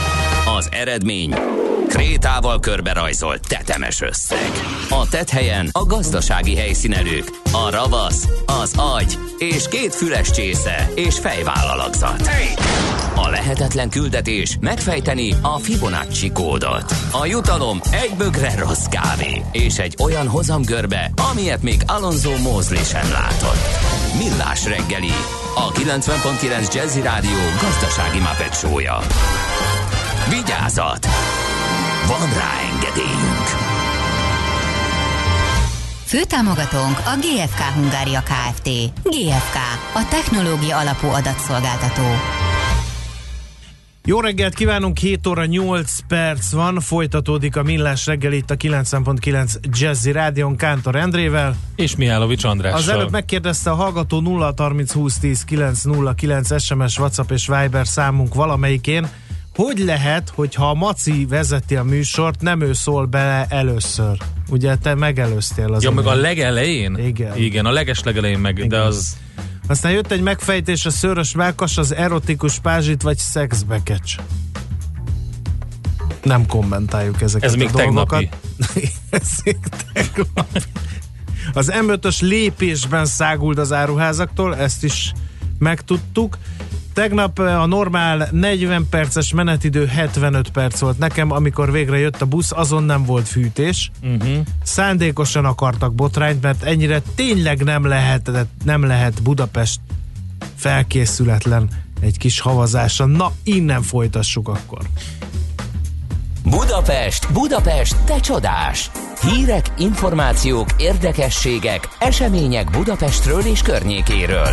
Az eredmény krétával körberajzolt tetemes összeg. A tetthelyen a gazdasági helyszínelők, a ravasz, az agy és 2 füles csésze és fejvállalakzat. A lehetetlen küldetés megfejteni a Fibonacci kódot. A jutalom egy bögre rossz kávé és egy olyan hozamgörbe, amilyet még Alonso Mosley sem látott. Millás reggeli, a 90.9 Jazzy Rádió gazdasági Muppet show-ja. Vigyázat! Van rá engedélyünk! Főtámogatónk a GFK Hungária Kft. GFK, a technológia alapú adatszolgáltató. Jó reggelt kívánunk, 7 óra 8 perc van, folytatódik a Millás reggel itt a 90.9 Jazzy Rádion Kántor Endrével. És Mihálovics Andrással. Az előbb megkérdezte a hallgató 0 30 20 10 909 SMS, WhatsApp és Viber számunk valamelyikén, hogy lehet, hogyha a Maci vezeti a műsort, nem ő szól bele először. Ugye te megelőztél az. Ja, meg a legelején? Igen, a legeslegelején meg, igen. De az... Aztán jött egy megfejtés, a Szőrös Mákas az erotikus pázsit vagy szexbekecs. Nem kommentáljuk ezeket. Ez még tegnapi. Ez még tegnapi. Az M5-ös lépésben szágult az áruházaktól, ezt is megtudtuk. Tegnap a normál 40 perces menetidő 75 perc volt nekem, amikor végre jött a busz, azon nem volt fűtés. Szándékosan akartak botrányt, mert ennyire tényleg nem lehet Budapest felkészületlen egy kis havazásra. Na, innen folytassuk akkor. Budapest, te csodás! Hírek, információk, érdekességek, események Budapestről és környékéről.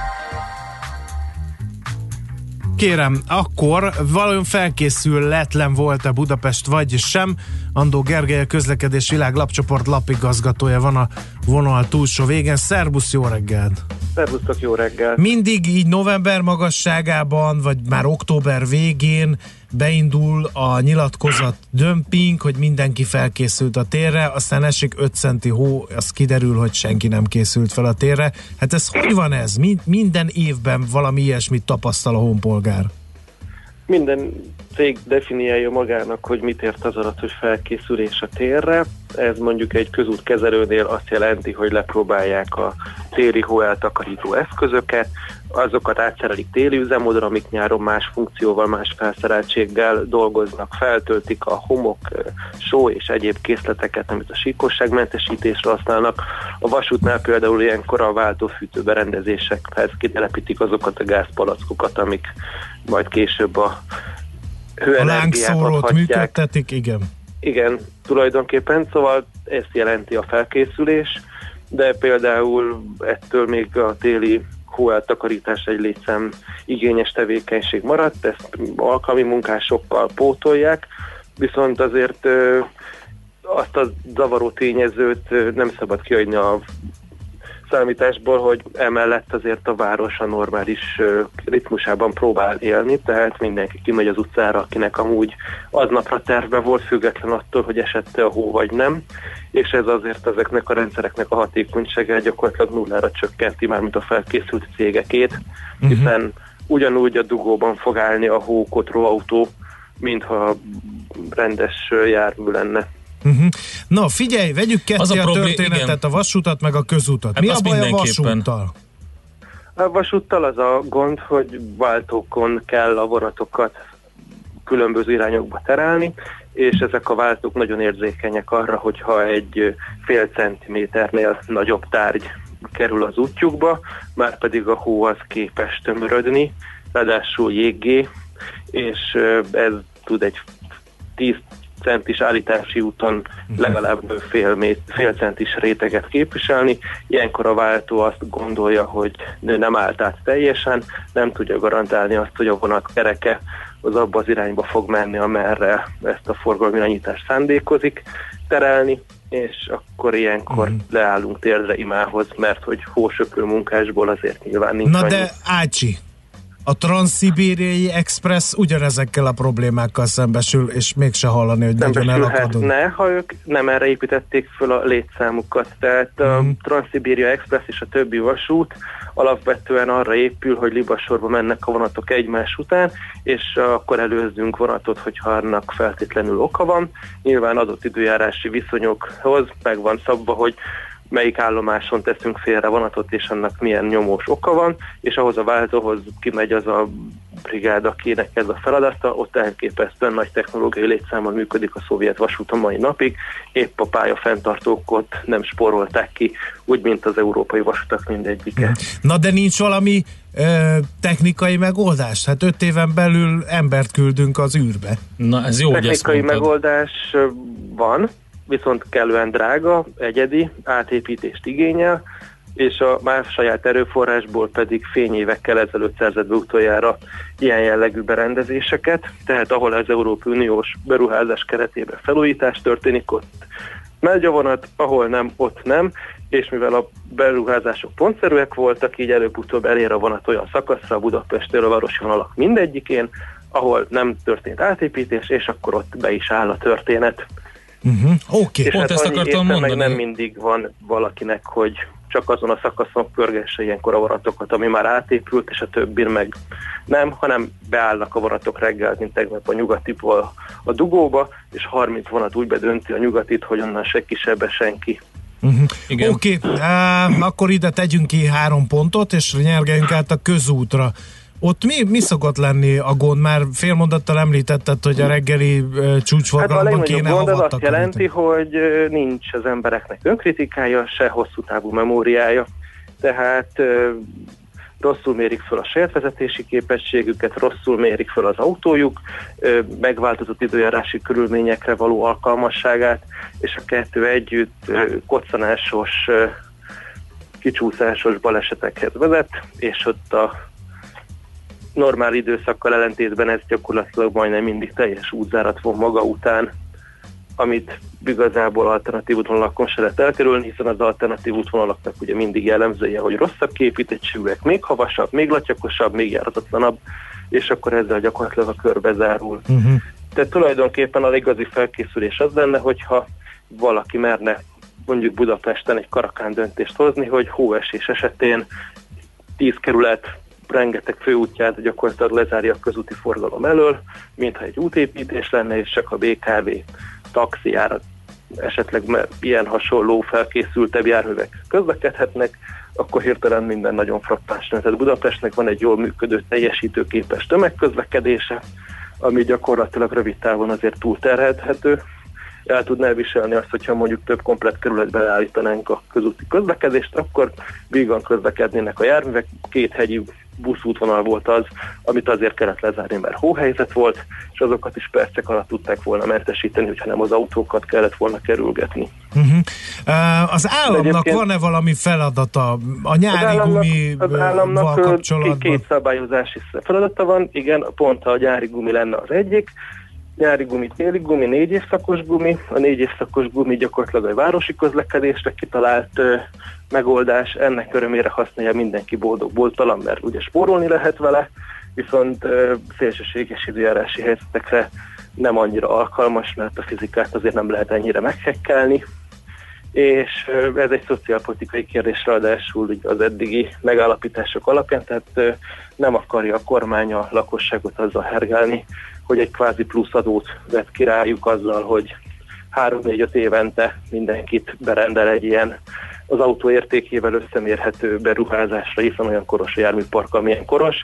Kérem, akkor valójában felkészületlen volt-e Budapest, vagy sem? Andó Gergely, a Közlekedés Világ lapcsoport lapigazgatója van a vonal túlsó végén. Szerbusz, jó reggelt! Szervusztok, jó reggelt! Mindig így november magasságában, vagy már október végén beindul a nyilatkozat dömping, hogy mindenki felkészült a térre, aztán esik 5 centi hó, az kiderül, hogy senki nem készült fel a térre. Hát ez hogy van ez? Minden évben valami ilyesmit tapasztal a honpolgár? Minden cég definiálja magának, hogy mit ért az alatt, hogy felkészülés a térre. Ez mondjuk egy közútkezelőnél azt jelenti, hogy lepróbálják a téli hóeltakarító eszközöket, azokat átszerelik téli üzemmódra, amik nyáron más funkcióval, más felszereltséggel dolgoznak, feltöltik a homok, só és egyéb készleteket, amit a síkosságmentesítésre használnak. A vasútnál például ilyenkor a váltófűtő berendezésekhez kitelepítik azokat a gázpalackokat, amik majd később a hőenergiát adhatják. Működtetik, igen. Igen, tulajdonképpen, szóval ezt jelenti a felkészülés, de például ettől még a téli hóeltakarítás egy létszám igényes tevékenység maradt, ezt alkalmi munkásokkal pótolják, viszont azért azt a zavaró tényezőt nem szabad kihagyni a számításból, hogy emellett azért a város a normális ritmusában próbál élni, tehát mindenki kimegy az utcára, akinek amúgy aznapra tervbe volt, független attól, hogy esette a hó vagy nem, és ez azért ezeknek a rendszereknek a hatékonyságát gyakorlatilag nullára csökkenti, mármint a felkészült cégekét, hiszen ugyanúgy a dugóban fog állni a hókotró autó, mintha rendes jármű lenne. Na figyelj, vegyük ketté a történetet, igen. A vasútat meg a közútat. Hát mi a baj a vasúttal? A vasúttal az a gond, hogy váltókon kell a vonatokat különböző irányokba terelni, és ezek a váltók nagyon érzékenyek arra, hogyha egy fél centiméternél nagyobb tárgy kerül az útjukba, már pedig a hó az képes tömörödni, ráadásul jéggé, és ez tud egy 10 centis állítási úton legalább fél centis réteget képviselni. Ilyenkor a váltó azt gondolja, hogy nem állt át teljesen, nem tudja garantálni azt, hogy a vonat kereke az abba az irányba fog menni, amerre ezt a forgalomirányítást szándékozik terelni, és akkor ilyenkor leállunk térdre imához, mert hogy hósöpő munkásból azért nyilván nincs. Na annyi. De Ácsi, a Transzszibériai Express ugyanezekkel a problémákkal szembesül, és mégse hallani, hogy nagyon elakadunk. Ha ők nem erre építették föl a létszámukat. Tehát a Transzszibériai Express és a többi vasút alapvetően arra épül, hogy libasorba mennek a vonatok egymás után, és akkor előzzünk vonatot, hogyha annak feltétlenül oka van. Nyilván adott időjárási viszonyokhoz meg van szabva, hogy melyik állomáson teszünk félre vonatot, és annak milyen nyomós oka van, és ahhoz a váltóhoz kimegy az a brigád, akinek ez a feladata, ott elképesztően nagy technológiai létszámmal működik a szovjet vasút a mai napig, épp a pályafenntartók ott nem spórolták ki, úgy, mint az európai vasutak mindegyike. Na de nincs valami technikai megoldás? Hát 5 éven belül embert küldünk az űrbe. Na ez jó, technikai megoldás van, viszont kellően drága, egyedi átépítést igényel, és a más saját erőforrásból pedig fényévekkel ezelőtt szerzett be utoljára ilyen jellegű berendezéseket, tehát ahol az Európai Uniós beruházás keretében felújítás történik, ott megy a vonat, ahol nem, ott nem, és mivel a beruházások pontszerűek voltak, így előbb-utóbb elér a vonat olyan szakaszra a Budapestről a városi vonalak mindegyikén, ahol nem történt átépítés, és akkor ott be is áll a történet. Oké. És Pont hát ezt akartam mondani. meg nem mindig van valakinek, hogy csak azon a szakaszon pörgesse ilyenkor a vonatokat, ami már átépült, és a többin meg nem, hanem beállnak a vonatok reggel, mint tegnap a nyugatiból a dugóba, és 30 vonat úgy bedönti a nyugatit, hogy onnan se kisebbe senki. Oké, akkor ide tegyünk ki 3 pontot, és nyergeljünk át a közútra. Ott mi szokott lenni a gond? Már fél mondattal említetted, hogy a reggeli csúcsforgalomban kéne gond az azt jelenti, hogy nincs az embereknek önkritikája, se hosszú távú memóriája. Tehát rosszul mérik föl a saját vezetési képességüket, rosszul mérik föl az autójuk, megváltozott időjárási körülményekre való alkalmasságát, és a kettő együtt koccanásos, kicsúszásos balesetekhez vezet, és ott a normál időszakkal ellentétben ez gyakorlatilag majdnem mindig teljes útzárat von maga után, amit igazából alternatív útvonalakon se lehet elkerülni, hiszen az alternatív útvonalaknak ugye mindig jellemzője, hogy rosszabb képítettségűek, még havasabb, még latyakosabb, még járatatlanabb, és akkor ezzel gyakorlatilag a körbe zárul. Tehát tulajdonképpen a igazi felkészülés az lenne, hogyha valaki merne mondjuk Budapesten egy karakán döntést hozni, hogy hóesés esetén 10 kerület rengeteg főútját gyakorlatilag lezárja a közúti forgalom elől, mintha egy útépítés lenne, és csak a BKV taxijára esetleg ilyen hasonló felkészültebb járművek közlekedhetnek, akkor hirtelen minden nagyon frappáns. Tehát Budapestnek van egy jól működő, teljesítőképes tömegközlekedése, ami gyakorlatilag rövid távon azért túlterhelhető. El tudná viselni azt, hogyha mondjuk több komplett kerületben állítanánk a közúti közlekedést, akkor vígan közlekednének a járművek. 2 hegyi buszútvonal volt az, amit azért kellett lezárni, mert hóhelyzet volt, és azokat is percek alatt tudták volna mentesíteni, hogyha nem az autókat kellett volna kerülgetni. Az államnak van-e valami feladata a nyári gumival kapcsolatban? 2 szabályozási feladata van, igen, pont a nyári gumi lenne az egyik. Nyári gumi, téli gumi, 4 évszakos gumi. A 4 évszakos gumi gyakorlatilag a városi közlekedésre kitalált megoldás. Ennek örömére használja mindenki boldog-boldtalan, mert ugye spórolni lehet vele, viszont szélsőséges időjárási helyzetekre nem annyira alkalmas, mert a fizikát azért nem lehet ennyire meghekkelni. És ez egy szociálpolitikai kérdés, ráadásul az eddigi megállapítások alapján, tehát nem akarja a kormány a lakosságot azzal hergelni, hogy egy kvázi plusz adót vett ki rájuk azzal, hogy 3-4-5 évente mindenkit berendel egy ilyen az autó értékével összemérhető beruházásra, hiszen olyan koros a járműpark, amilyen koros.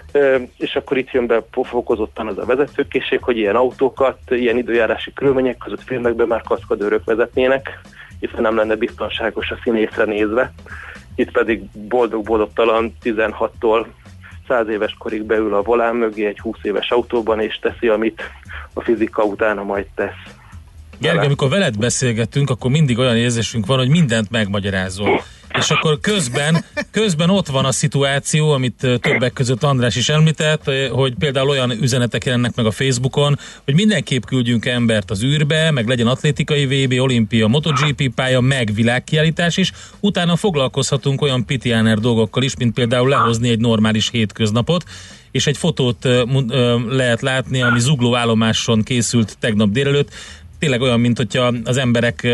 És akkor itt jön be fokozottan az a vezetőkészség, hogy ilyen autókat, ilyen időjárási körülmények között filmekben már kaszkadőrök vezetnének, hiszen nem lenne biztonságos a színészre nézve. Itt pedig boldog-boldogtalan 16-tól 100 éves korig beül a volán mögé egy 20 éves autóban, és teszi, amit a fizika utána majd tesz. Gergely, amikor veled beszélgettünk, akkor mindig olyan érzésünk van, hogy mindent megmagyarázol. És akkor közben ott van a szituáció, amit többek között András is említett, hogy például olyan üzenetek jelennek meg a Facebookon, hogy mindenképp küldjünk embert az űrbe, meg legyen atlétikai VB, olimpia, MotoGP pálya, meg világkiállítás is, utána foglalkozhatunk olyan pitiáner dolgokkal is, mint például lehozni egy normális hétköznapot, és egy fotót lehet látni, ami Zugló állomáson készült tegnap délelőtt, tényleg olyan, mint hogyha az emberek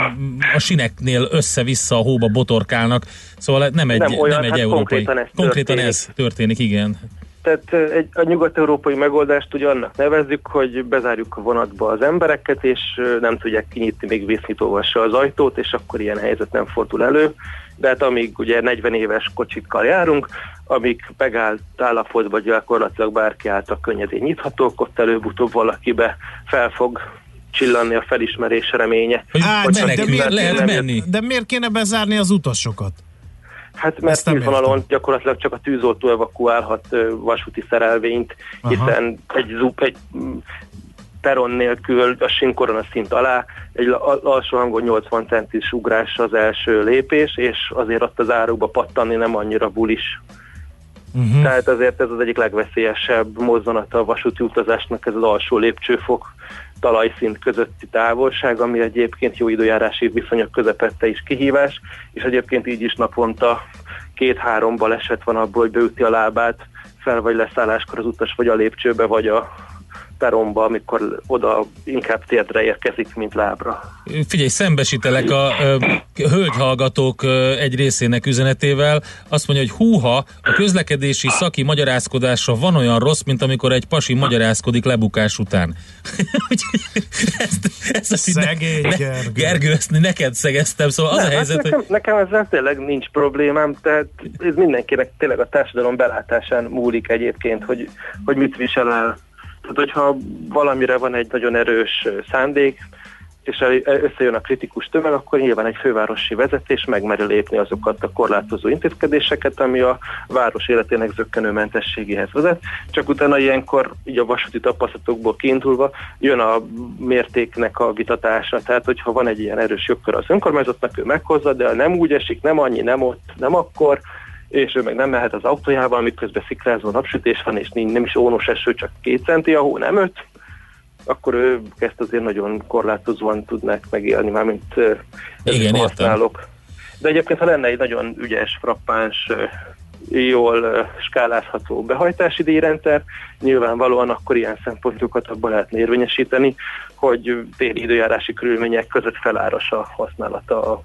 a sineknél össze-vissza a hóba botorkálnak, szóval nem egy európai. Konkrétan ez történik, igen. Tehát a nyugat-európai megoldást ugye annak nevezzük, hogy bezárjuk a vonatba az embereket, és nem tudják kinyitni még vésznyitóval se az ajtót, és akkor ilyen helyzet nem fordul elő. De hát amíg ugye 40 éves kocsikkal járunk, amíg megállt állapotban gyakorlatilag bárki által könnyedén nyithatók, ott előbb-utóbb valakibe fel fog csillanni a felismerés reménye. De miért kéne bezárni az utasokat? Hát mert tűzvonalon gyakorlatilag csak a tűzoltó evakuálhat vasúti szerelvényt, hiszen egy peron nélkül a sínkoron a szint alá, egy alsó hangon 80 centis ugrás az első lépés, és azért ott az árokba pattanni nem annyira bulis. Tehát azért ez az egyik legveszélyesebb mozzanata a vasúti utazásnak, ez az alsó lépcsőfok talajszint közötti távolság, ami egyébként jó időjárási viszonyok közepette is kihívás, és egyébként így is naponta 2-3 baleset van abból, hogy beüti a lábát fel vagy leszálláskor az utas, vagy a lépcsőbe, vagy a peromba, amikor oda inkább térdre érkezik, mint lábra. Figyelj, szembesítelek a hölgyhallgatók egy részének üzenetével. Azt mondja, hogy húha, a közlekedési szaki magyarázkodása van olyan rossz, mint amikor egy pasi magyarázkodik lebukás után. Szegény Gergő. Gergő, ezt neked szegeztem, szóval az a helyzet, nekem ezzel tényleg nincs problémám, tehát ez mindenkinek tényleg a társadalom belátásán múlik egyébként, hogy mit visel el. Tehát, hogyha valamire van egy nagyon erős szándék, és összejön a kritikus tömeg, akkor nyilván egy fővárosi vezetés megmeri lépni azokat a korlátozó intézkedéseket, ami a város életének zökkenőmentességéhez vezet. Csak utána ilyenkor, így a vasúti tapasztalatokból kiindulva, jön a mértéknek a vitatása. Tehát, hogyha van egy ilyen erős jogkör az önkormányzatnak, ő meghozza, de nem úgy esik, nem annyi, nem ott, nem akkor, és ő meg nem mehet az autójával, miközben szikrázó napsütés van, és nem is ónos eső, csak 2 centi a hó, nem 5, akkor ő ezt azért nagyon korlátozóan tudnák megélni, mármint igen, használók. De egyébként, ha lenne egy nagyon ügyes, frappáns, jól skálázható behajtási díjrendszer, nyilvánvalóan akkor ilyen szempontokat abban lehetne érvényesíteni, hogy téli időjárási körülmények között feláras a használata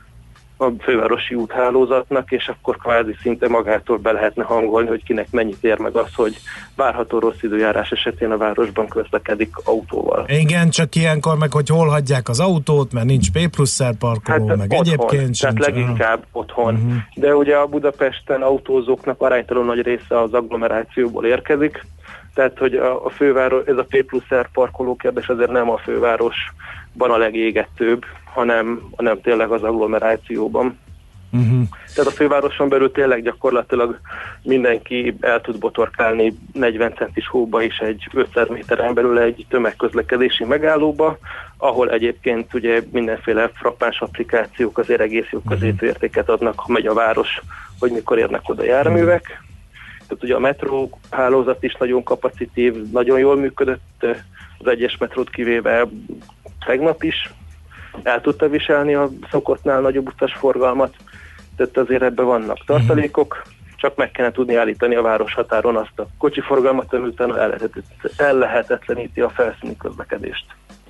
a fővárosi úthálózatnak, és akkor kvázi szinte magától be lehetne hangolni, hogy kinek mennyit ér meg az, hogy várható rossz időjárás esetén a városban közlekedik autóval. Igen, csak ilyenkor meg, hogy hol hagyják az autót, mert nincs P+R parkoló, meg otthon, egyébként sem. Tehát leginkább otthon. De ugye a Budapesten autózóknak aránytalan nagy része az agglomerációból érkezik, tehát hogy a főváros, ez a P+R parkoló kérdés azért nem a fővárosban a legégetőbb, hanem tényleg az agglomerációban. Tehát a fővároson belül tényleg gyakorlatilag mindenki el tud botorkálni 40 centis hóba is egy 500 méteren belül egy tömegközlekedési megállóba, ahol egyébként ugye mindenféle frappáns applikációk azért egész jó középértéket adnak, ha megy a város, hogy mikor érnek oda járművek. Tehát ugye a metró hálózat is nagyon kapacitív, nagyon jól működött, az egyes metrót kivéve tegnap is el tudta viselni a szokottnál nagyobb utasforgalmat, tehát azért ebben vannak tartalékok, csak meg kellene tudni állítani a városhatáron azt a kocsiforgalmat, ami utána ellehetetleníti a felszíni közlekedést.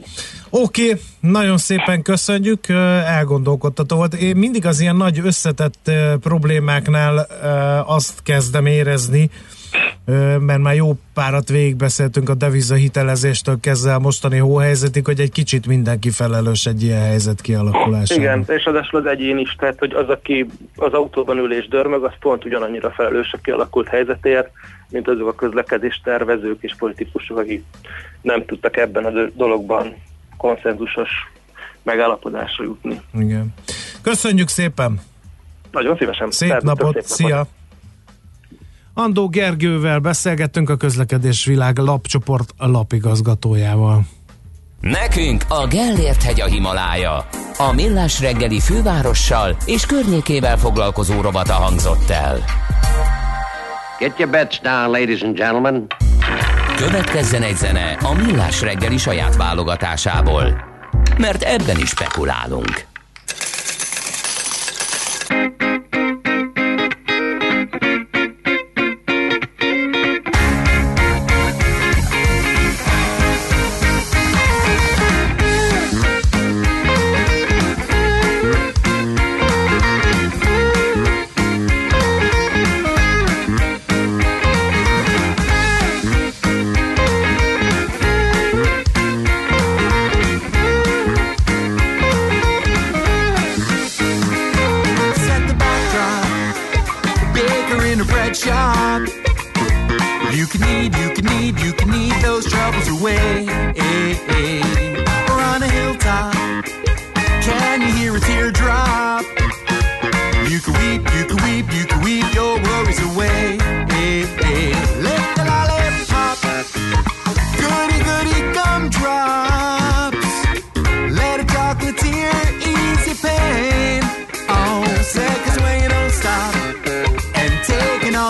Oké, nagyon szépen köszönjük, elgondolkodtató volt. Én mindig az ilyen nagy összetett problémáknál azt kezdem érezni, mert már jó párat végigbeszéltünk a devizahitelezéstől kezdve a mostani hóhelyzetig, hogy egy kicsit mindenki felelős egy ilyen helyzet kialakulásában. Igen, és az egyén is, tehát hogy az, aki az autóban ül és dörmög, az pont ugyanannyira felelős a kialakult helyzetért, mint azok a közlekedés tervezők és politikusok, akik nem tudtak ebben a dologban konszenzusos megállapodásra jutni. Igen. Köszönjük szépen! Nagyon szívesen. Szép napot, szia! Andó Gergővel beszélgettünk, a Közlekedés Világ lapcsoport lapigazgatójával. Nekünk a Gellért hegy a Himalája. A Millás reggeli fővárossal és környékével foglalkozó rovata hangzott el. Get your bets down, ladies and gentlemen. Következzen egy zene a Millás reggeli saját válogatásából, mert ebben is spekulálunk.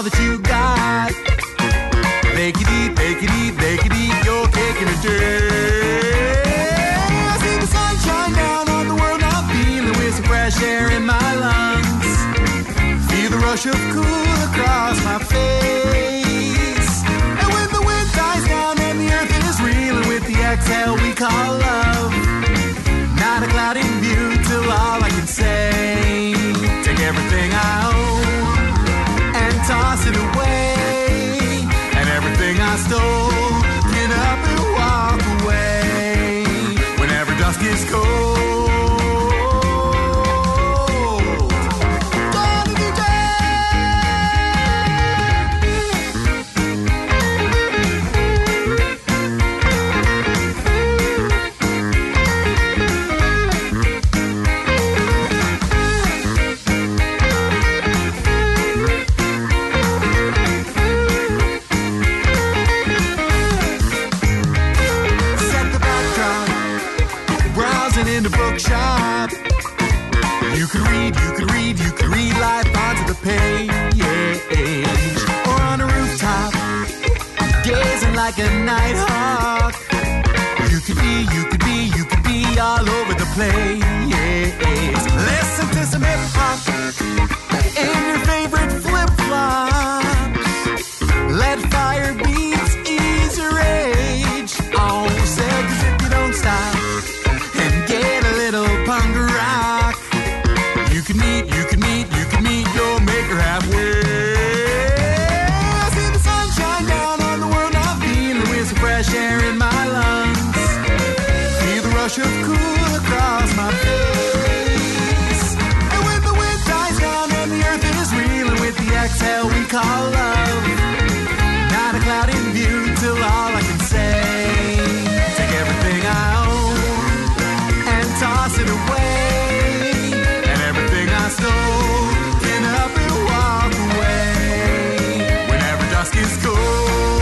that you got. They could eat, they could eat, they could eat your cake and a dirt. I see the sunshine down on the world, I'm feeling with some fresh air in my lungs. Feel the rush of cool across my face. And when the wind dies down and the earth is reeling with the exhale we call love. Not a cloud in view till all I can say. Take everything I own and toss it away. And everything I stole, get up and walk away. Whenever dusk is cold. In the bookshop, you could read, you could read, you could read life onto the page, or on a rooftop, gazing like a nighthawk. You could be, you could be, you could be all over the place. Listen to some hip hop in your favorite flip flops. Let fire beats ease your rage. Oh, say 'cause if you don't stop. Punk rock. You can meet, you can meet, you can meet your maker halfway. I see the sunshine down on the world, I'm feeling with some fresh air in my lungs. Feel the rush of cool across my face. And when the wind dies down and the earth is reeling with the exhale we call love. Not a cloud in view till all I can say. Take everything I own and toss it away, and everything I stole, get up and walk away, whenever dusk is cold.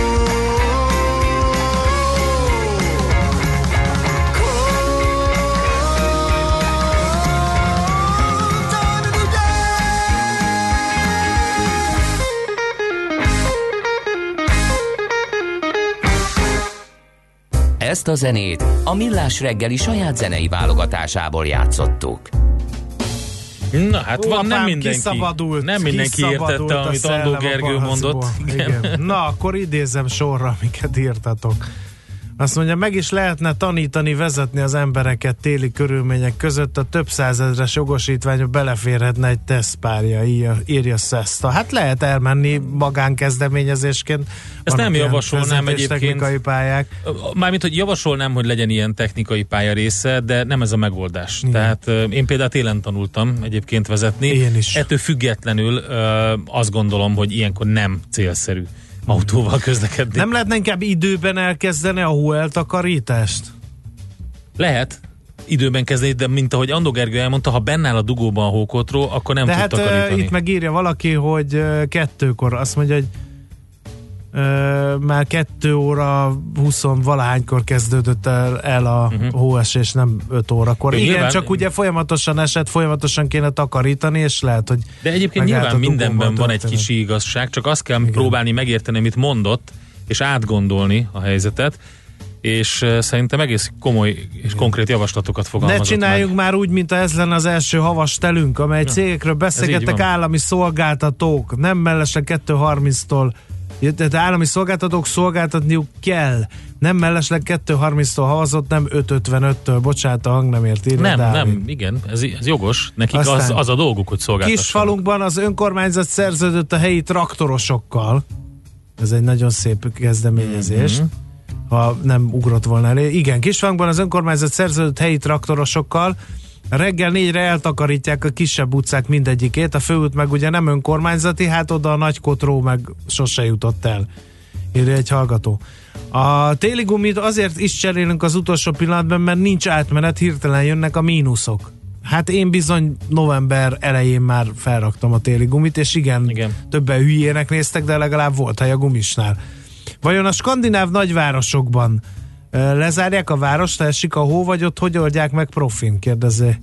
Ezt a zenét a Millás reggeli saját zenei válogatásából játszottuk. Na hát van, nem mindenki értette, amit Andó Gergő mondott. Igen. Na, akkor idézem sorra, amiket írtatok. Azt mondja, meg is lehetne tanítani, vezetni az embereket téli körülmények között, a több százezres jogosítványba beleférhetne egy tesztpárja, írja Szeszta. Hát lehet elmenni magánkezdeményezésként. Ezt nem javasolnám egyébként. Technikai pályák. Mármint, hogy javasolnám, hogy legyen ilyen technikai pálya része, de nem ez a megoldás. Igen. Tehát én például télen tanultam egyébként vezetni. Én is. Ettől függetlenül azt gondolom, hogy ilyenkor nem célszerű autóval közlekedni. Nem lehetne inkább időben elkezdeni a hóeltakarítást? Lehet időben kezdeni, de mint ahogy Andó Gergő elmondta, ha bennáll a dugóban a hókotró, akkor nem tud takarítani. Itt megírja valaki, hogy 2-kor, azt mondja, hogy már 2 óra 20 valahánykor kezdődött el a hóesés, nem 5 órakor. Igen, nyilván, csak ugye folyamatosan esett, folyamatosan kéne takarítani, és lehet, hogy... De egyébként nyilván mindenben van egy kis igazság, csak azt kell próbálni megérteni, amit mondott, és átgondolni a helyzetet, és szerintem egész komoly és konkrét javaslatokat fogalmazott. Ne csináljunk már úgy, mint ez lenne az első havas telünk, amely cégekről beszélgettek állami szolgáltatók, nem mellesleg 2:30-tól, tehát állami szolgáltatók szolgáltatniuk kell. Nem mellesleg 2:30-tól havazott, nem 5:55-től. Bocsánat, a hang nem ért. Nem, igen, ez jogos. Nekik az a dolguk, hogy szolgáltassanak. Kisfalunkban az önkormányzat szerződött a helyi traktorosokkal. Ez egy nagyon szép kezdeményezés. Ha nem ugrott volna elé. Igen, Kisfalunkban az önkormányzat szerződött helyi traktorosokkal. Reggel 4-re eltakarítják a kisebb utcák mindegyikét, a főút meg ugye nem önkormányzati, hát oda a Nagykotró meg sose jutott el. Írja egy hallgató. A téli gumit azért is cserélünk az utolsó pillanatban, mert nincs átmenet, hirtelen jönnek a mínuszok. Hát én bizony november elején már felraktam a téli gumit, és igen. Többen hülyének néztek, de legalább volt hely a gumisnál. Vajon a skandináv nagyvárosokban lezárják a várost, ha esik a hó, vagy ott hogy oldják meg profin? Kérdezi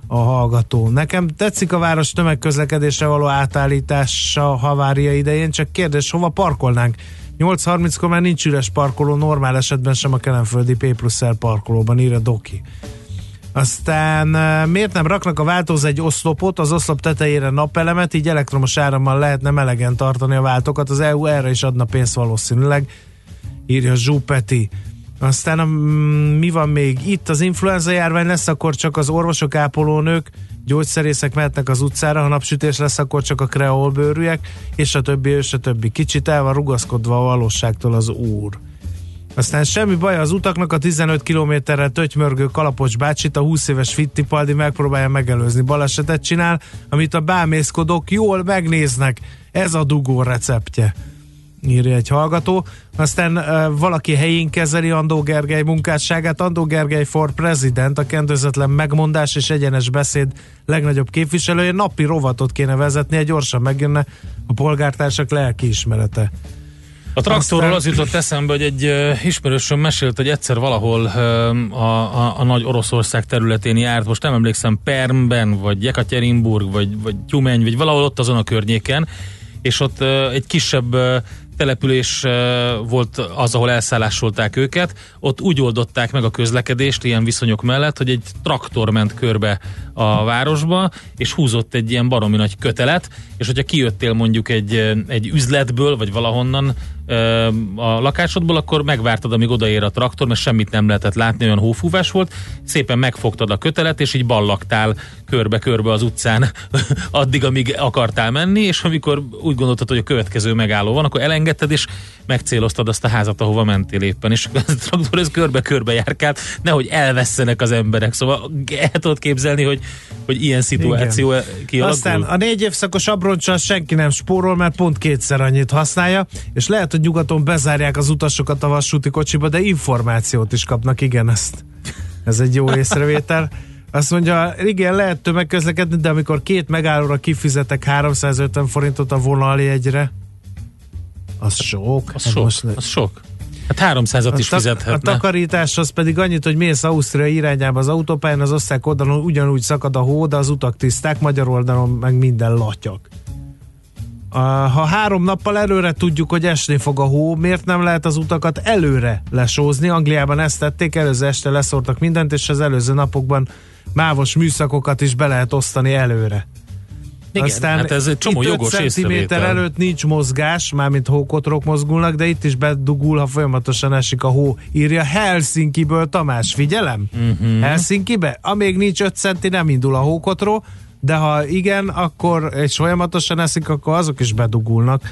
a hallgató. Nekem tetszik a város tömegközlekedésre való átállítása havária idején, csak kérdés, hova parkolnánk? 8:30-kor már nincs üres parkoló, normál esetben sem a kelenföldi P+R parkolóban, írja Doki. Aztán miért nem raknak a váltóhoz egy oszlopot, az oszlop tetejére napelemet, így elektromos árammal lehetne melegen tartani a váltókat, az EU erre is adna pénzt valószínűleg, írja Zsúpeti. Aztán mi van még? Itt az influenza járvány lesz, akkor csak az orvosok, ápolónők, gyógyszerészek mehetnek az utcára, ha napsütés lesz, akkor csak a kreolbőrűek, és a többi. Kicsit el van rugaszkodva a valóságtól az úr. Aztán semmi baj az utaknak, a 15 kilométerre tötymörgő Kalapocs bácsit a 20 éves Fittipaldi megpróbálja megelőzni. Balesetet csinál, amit a bámészkodók jól megnéznek. Ez a dugó receptje, írja egy hallgató. Aztán valaki helyén kezeli Andó Gergely munkásságát. Andó Gergely for President, a kendőzetlen megmondás és egyenes beszéd legnagyobb képviselője. Napi rovatot kéne vezetnie, gyorsan megjönne a polgártársak lelkiismerete. A traktorról az jutott eszembe, hogy egy ismerősöm mesélt, hogy egyszer valahol a nagy Oroszország területén járt, most nem emlékszem, Permben, vagy Jekatyerinburg, vagy Tyumeny, vagy valahol ott azon a környéken, és ott egy kisebb település volt az, ahol elszállásolták őket. Ott úgy oldották meg a közlekedést ilyen viszonyok mellett, hogy egy traktor ment körbe a városba, és húzott egy ilyen baromi nagy kötelet, és hogyha kijöttél mondjuk egy üzletből, vagy valahonnan a lakásodból, akkor megvártad, amíg odaér a traktor, mert semmit nem lehetett látni, olyan hófúvás volt, szépen megfogtad a kötelet, és így ballagtál körbe-körbe az utcán addig, amíg akartál menni, és amikor úgy gondoltad, hogy a következő megálló van, akkor elengedted, és megcéloztad azt a házat, ahova mentél éppen, és a traktor ez körbe-körbe járkált, nehogy elvesszenek az emberek, szóval el tudod képzelni, hogy ilyen szituáció kialakul. Aztán a 4 évszakos abroncsal senki nem spórol, mert pont 2-szer annyit használja, és lehet, hogy nyugaton bezárják az utasokat a vasúti kocsiba, de információt is kapnak, igen, ez egy jó észrevétel. Azt mondja, igen, lehet tömegközlekedni, de amikor 2 megállóra kifizetek 350 forintot a vonaljegyre, az sok. Az sok. Hát 300-at is fizethetne. A takarításhoz pedig annyit, hogy mész Ausztria irányába az autópályán, az osztrák oldalon ugyanúgy szakad a hó, de az utak tiszták, magyar oldalon meg minden latyak. Ha 3 nappal előre tudjuk, hogy esni fog a hó, miért nem lehet az utakat előre lesózni? Angliában ezt tették, előző este leszórtak mindent, és az előző napokban mávos műszakokat is be lehet osztani előre. Igen, aztán hát ez egy csomó jogos 5 centiméter előtt nincs mozgás, mármint hókotrok mozgulnak, de itt is bedugul, ha folyamatosan esik a hó. Írja Helsinkiből Tamás, figyelem? Helsinkibe? Amíg nincs 5 centi, nem indul a hókotró, de ha igen, akkor és folyamatosan eszik, akkor azok is bedugulnak.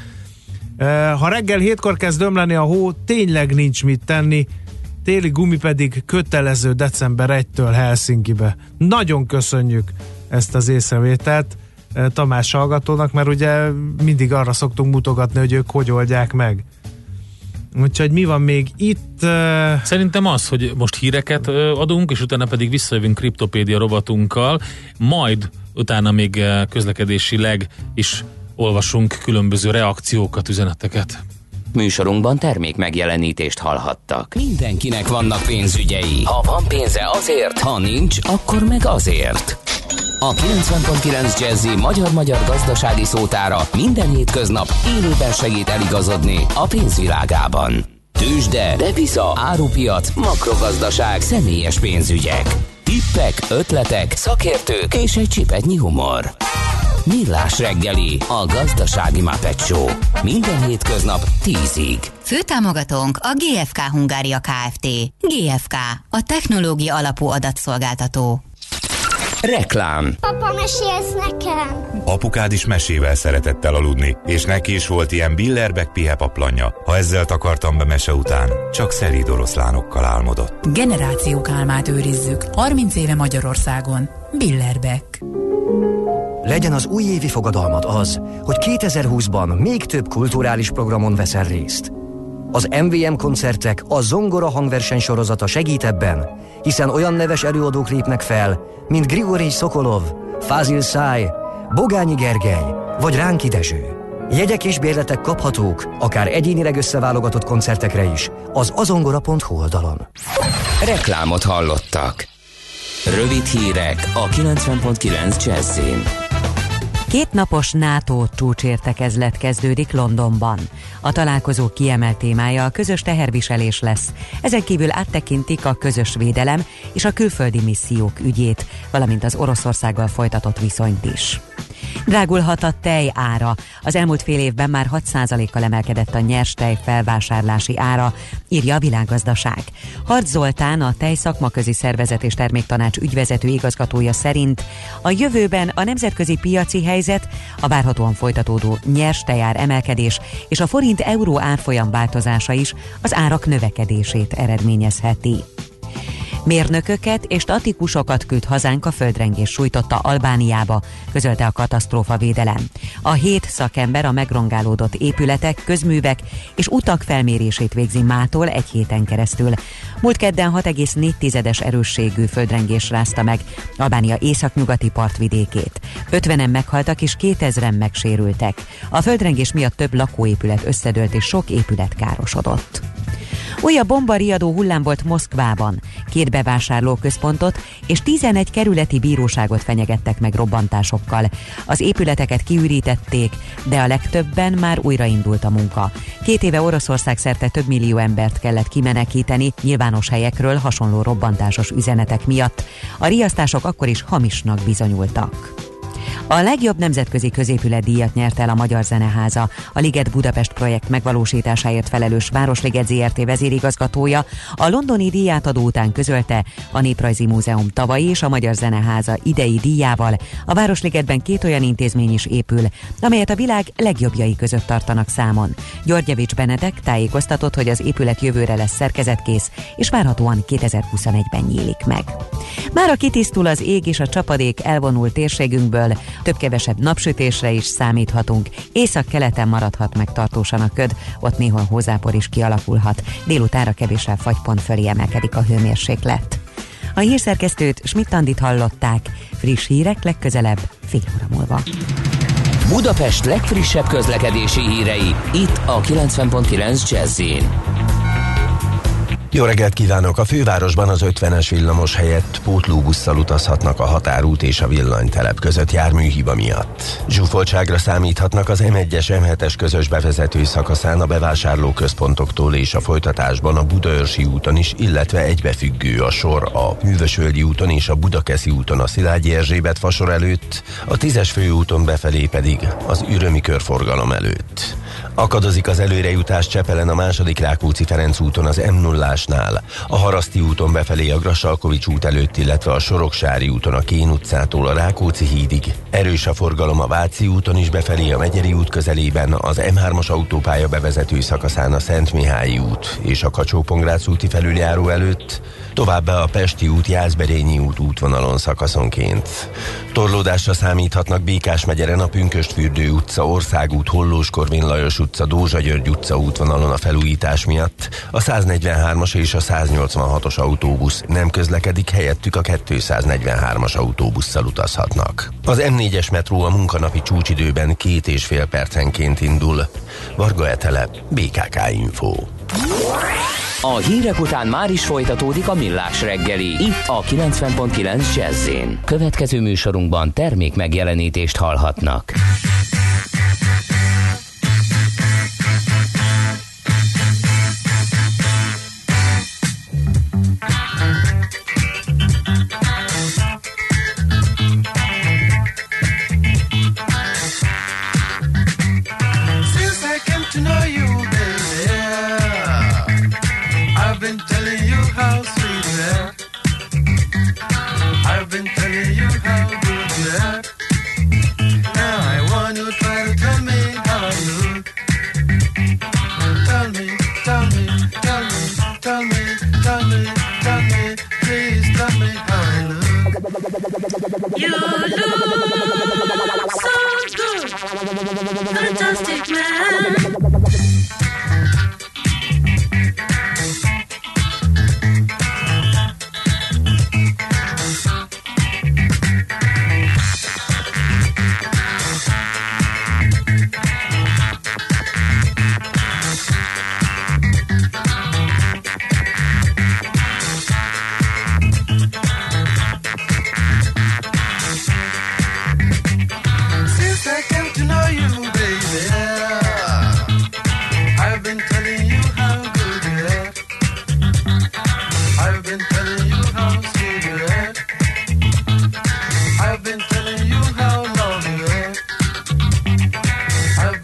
Ha reggel 7-kor kezd ömleni a hó, tényleg nincs mit tenni, téli gumi pedig kötelező december 1-től Helsinkibe. Nagyon köszönjük ezt az észrevételt Tamás hallgatónak, mert ugye mindig arra szoktunk mutogatni, hogy ők hogy oldják meg. Úgyhogy mi van még itt? Szerintem az, hogy most híreket adunk, és utána pedig visszajövünk Kriptopédia rovatunkkal, majd utána még közlekedésileg is olvasunk különböző reakciókat, üzeneteket. Műsorunkban termék megjelenítést hallhattak. Mindenkinek vannak pénzügyei. Ha van pénze, azért, ha nincs, akkor meg azért. A 90.9 Jazzy magyar-magyar gazdasági szótára minden hétköznap élőben segít eligazodni a pénzvilágában. Tőzsde, depisza, árupiac, makrogazdaság, személyes pénzügyek. Tippek, ötletek, szakértők és egy csipetnyi humor. Millás reggeli, a gazdasági Muppet Show. Minden hétköznap 10-ig. Főtámogatónk a GFK Hungária Kft. GFK, a technológia alapú adatszolgáltató. Reklám. Papa, mesélsz nekem? Apukád is mesével szeretett el aludni, és neki is volt ilyen Billerbeck pihepaplanja. Ha ezzel takartam be mese után, csak szelíd oroszlánokkal álmodott. Generációk álmát őrizzük. 30 éve Magyarországon. Billerbeck. Legyen az újévi fogadalmad az, hogy 2020-ban még több kulturális programon veszel részt. Az MVM koncertek, a zongora hangverseny sorozata segít ebben, hiszen olyan neves előadók lépnek fel, mint Grigorij Szokolov, Fázil Száj, Bogányi Gergely vagy Ránki Dezső. Jegyek és bérletek kaphatók, akár egyénileg összeválogatott koncertekre is, az azongora.hu oldalon. Reklámot hallottak. Rövid hírek a 90.9 Jazzin. 2 napos NATO csúcsértekezlet kezdődik Londonban. A találkozó kiemelt témája a közös teherviselés lesz. Ezen kívül áttekintik a közös védelem és a külföldi missziók ügyét, valamint az Oroszországgal folytatott viszonyt is. Drágulhat a tej ára. Az elmúlt fél évben már 6%-kal emelkedett a nyerstej felvásárlási ára, írja a Világgazdaság. Harc Zoltán, a Tejszakmaközi Szervezet és Terméktanács ügyvezető igazgatója szerint a jövőben a nemzetközi piaci helyzet, a várhatóan folytatódó nyerstejár emelkedés és a forint-euró árfolyam változása is az árak növekedését eredményezheti. Mérnököket és statikusokat küld hazánk a földrengés sújtotta Albániába, közölte a katasztrófavédelem. A 7 szakember a megrongálódott épületek, közművek és utak felmérését végzi mától egy héten keresztül. Múlt kedden 6,4 erősségű földrengés rázta meg Albánia északnyugati partvidékét. 50-en meghaltak és 2000-en megsérültek. A földrengés miatt több lakóépület összedőlt és sok épület károsodott. Újabb bombariadó hullám volt Moszkvában. 2 bevásárlóközpontot és 11 kerületi bíróságot fenyegettek meg robbantásokkal. Az épületeket kiürítették, de a legtöbben már újraindult a munka. 2 éve Oroszország szerte több millió embert kellett kimenekíteni nyilvános helyekről hasonló robbantásos üzenetek miatt. A riasztások akkor is hamisnak bizonyultak. A legjobb nemzetközi középületdíjat nyerte el a Magyar Zeneháza. A Liget Budapest projekt megvalósításáért felelős Városliget ZRT vezérigazgatója a londoni díjátadó után közölte, a Néprajzi Múzeum tavalyi és a Magyar Zeneháza idei díjával a Városligetben 2 olyan intézmény is épül, amelyet a világ legjobbjai között tartanak számon. Györgyevics Benedek tájékoztatott, hogy az épület jövőre lesz szerkezetkész, és várhatóan 2021-ben nyílik meg. Mára kitisztul az ég és a csapadék elvonult térségünkből, több-kevesebb napsütésre is számíthatunk. Észak-keleten maradhat meg tartósan a köd, ott néhol hózápor is kialakulhat. Délutánra kevéssel fagypont fölé emelkedik a hőmérséklet. A hírszerkesztőt, Schmidt-Andit hallották. Friss hírek legközelebb fél óra múlva. Budapest legfrissebb közlekedési hírei, itt a 90.9 Jazzin. Jó reggelt kívánok! A fővárosban az 50-es villamos helyett pótlóbusszal utazhatnak a Határút és a Villanytelep között járműhiba miatt. Zsúfoltságra számíthatnak az M1-es M7-es közös bevezető szakaszán a bevásárlóközpontoktól és a folytatásban a Budaörsi úton is, illetve egybefüggő a sor a Művösvölgyi úton és a Budakeszi úton a Szilágyi Erzsébet fasor előtt, a 10-es főúton befelé pedig az Ürömi körforgalom előtt. Akadozik az előrejutás Csepelen a II. Rákóczi-Ferenc úton az M0-ásnál, a Haraszti úton befelé a Grassalkovich út előtt, illetve a Soroksári úton a Kén utcától a Rákóczi hídig. Erős a forgalom a Váci úton is befelé a Megyeri út közelében, az M3-as autópálya bevezető szakaszán a Szentmihályi út és a Kacsó-Pongrác úti felüljáró előtt, továbbá a Pesti út, Jászberényi út útvonalon szakaszonként. Torlódásra számíthatnak Békás-megyeren a Pünkösdfürdő utca, Országút, Hollós-Korvin Lajos utca, Dózsa-György utca útvonalon a felújítás miatt, a 143-as és a 186-os autóbusz nem közlekedik, helyettük a 243-as autóbusszal utazhatnak. Az M4-es metró a munkanapi csúcsidőben 2,5 percenként indul. Varga Etele, BKK Info. A hírek után már is folytatódik a Millás reggeli, itt a 90.9 Jazz-én. Következő műsorunkban termék megjelenítést hallhatnak. You look so good, fantastic man.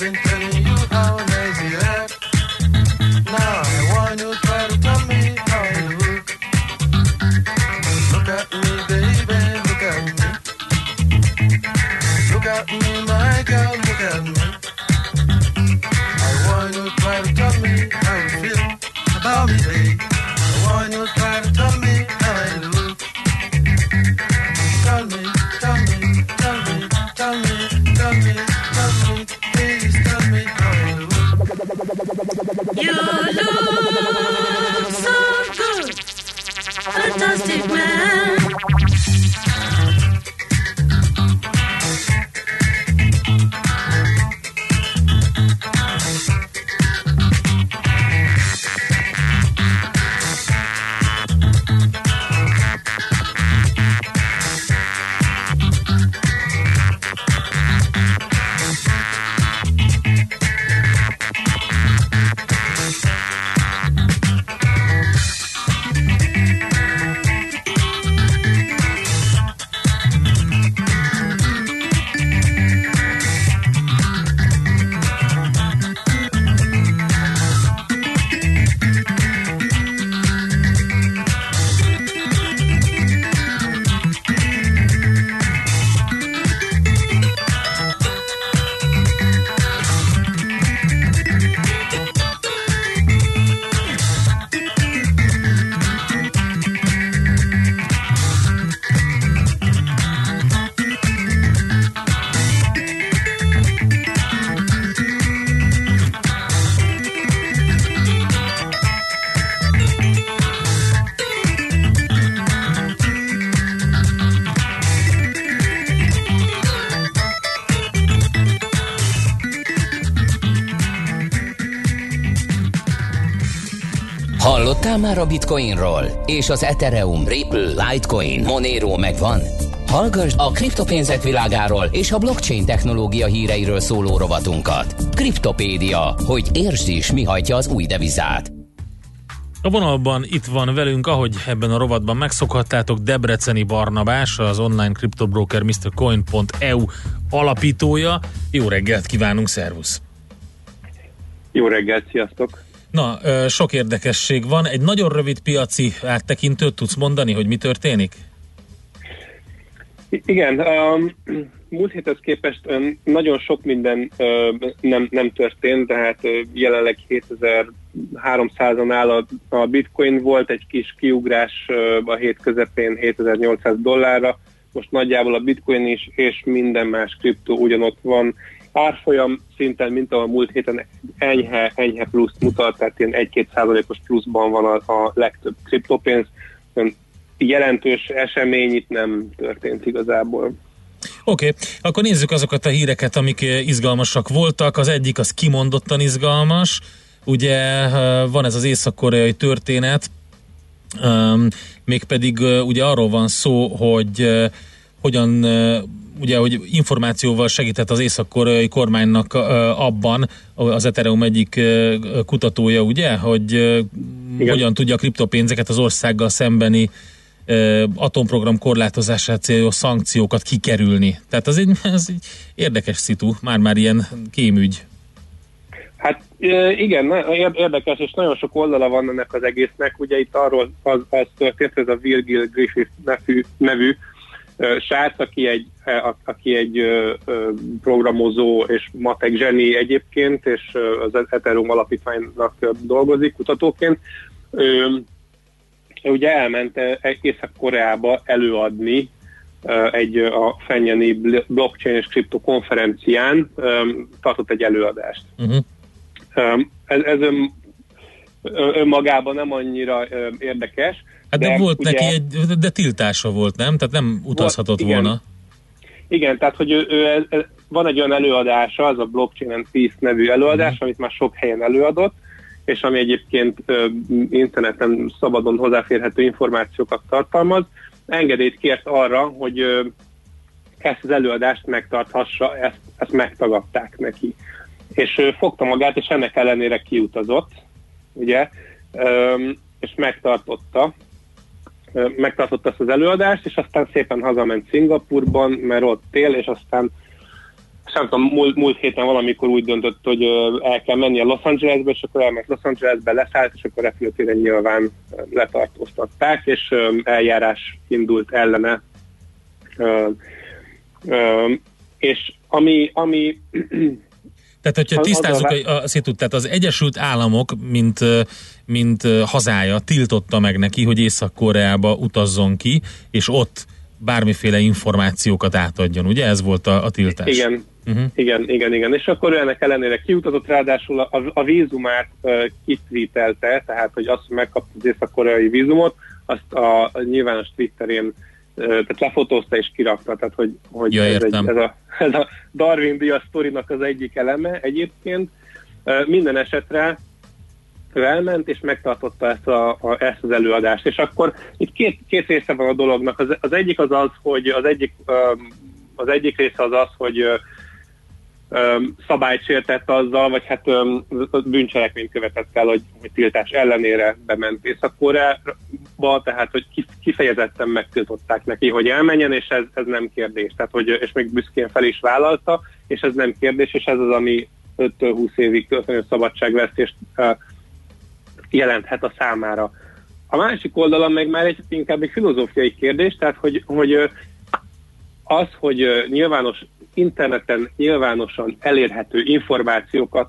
been telling you how nice you act. Now I want you to try to tell me how I look. Look at me, baby, look at me. Look at me, my girl, look at me. I want you to try to tell me how you feel about me, babe. I want you to try to tell me how I look. Tell me, tell me, tell me, tell me, tell me, tell me, please tell me how I look. You look so good, fantastic man. Hallottál már a Bitcoinról? És az Ethereum, Ripple, Litecoin, Monero megvan? Hallgassd a kriptopénzek világáról és a blockchain technológia híreiről szóló rovatunkat. Kriptopédia, hogy értsd is, mi hajtja az új devizát. A vonalban itt van velünk, ahogy ebben a rovatban megszokhattátok, Debreceni Barnabás, az online kriptobroker MrCoin.eu alapítója. Jó reggelt kívánunk, szervusz! Jó reggelt, sziasztok! Na, sok érdekesség van. Egy nagyon rövid piaci áttekintőt tudsz mondani, hogy mi történik? Igen, múlt héthez képest nagyon sok minden nem történt, tehát jelenleg 7300-on áll a bitcoin, volt egy kis kiugrás a hét közepén $7800, most nagyjából a bitcoin is, és minden más kriptó ugyanott van. Árfolyam szinten, mint a múlt héten enyhe pluszt mutat, tehát ilyen 1-2%-os pluszban van a legtöbb kriptopénz. Jelentős esemény itt nem történt igazából. Oké, akkor nézzük azokat a híreket, amik izgalmasak voltak. Az egyik az kimondottan izgalmas. Ugye van ez az észak-koreai történet, mégpedig ugye arról van szó, hogy hogyan ugye, hogy információval segített az észak-koreai kormánynak abban, az Ethereum egyik kutatója, ugye, hogy hogyan tudja a kriptopénzeket az országgal szembeni atomprogram korlátozását célzó szankciókat kikerülni. Tehát ez egy érdekes szitu, már ilyen kémügy. Hát igen, érdekes, és nagyon sok oldala van ennek az egésznek. Ugye itt arról az történt, ez a Virgil Griffith nevű srác, aki egy programozó és matek zseni egyébként, és az Ethereum alapítványnak dolgozik kutatóként. Ő ugye elment Észak-Koreába előadni a Fenyeni blockchain és kripto konferencián, tartott egy előadást. Ez önmagában nem annyira érdekes. Hát de volt ugye, neki de tiltása volt, nem? Tehát nem utazhatott volna. Igen, tehát hogy van egy olyan előadása, az a Blockchain and Peace nevű előadás, amit már sok helyen előadott, és ami egyébként interneten szabadon hozzáférhető információkat tartalmaz. Engedélyt kért arra, hogy ezt az előadást megtarthassa, ezt megtagadták neki. És fogta magát, és ennek ellenére kiutazott, ugye, és megtartotta ezt az előadást, és aztán szépen hazament Szingapurban, mert ott él, és aztán nem tudom, múlt héten valamikor úgy döntött, hogy el kell menni a Los Angelesbe, és akkor elment Los Angelesbe, leszállt, és akkor repülőtéren nyilván letartóztatták, és eljárás indult ellene. És ami tehát, hogyha tisztázzuk a szitut, tehát az Egyesült Államok, mint hazája tiltotta meg neki, hogy Észak-Koreába utazzon ki, és ott bármiféle információkat átadjon, ugye? Ez volt a tiltás. Igen. Igen. És akkor ő ennek ellenére kiutazott, ráadásul a vízumát kitweetelte, tehát hogy azt, hogy megkapta az észak-koreai vízumot, azt a nyilvános Twitterén tehát lefotózta és kirakta, tehát hogy ez a Darwin-díjas sztorinak az egyik eleme egyébként. Minden esetre ő elment és megtartotta ezt az előadást. És akkor itt két része van a dolognak. Az egyik az, hogy az egyik része az, hogy szabályt sértett azzal, vagy hát bűncselekményt követett el, hogy tiltás ellenére bement Észak-Koreába, tehát hogy kifejezetten megtiltották neki, hogy elmenjen, és ez nem kérdés. Tehát, és még büszkén fel is vállalta, és ez nem kérdés, és ez az, ami 5-20 évig történő szabadságvesztést jelenthet a számára. A másik oldalon meg már inkább egy filozófiai kérdés, tehát hogy az, hogy interneten nyilvánosan elérhető információkat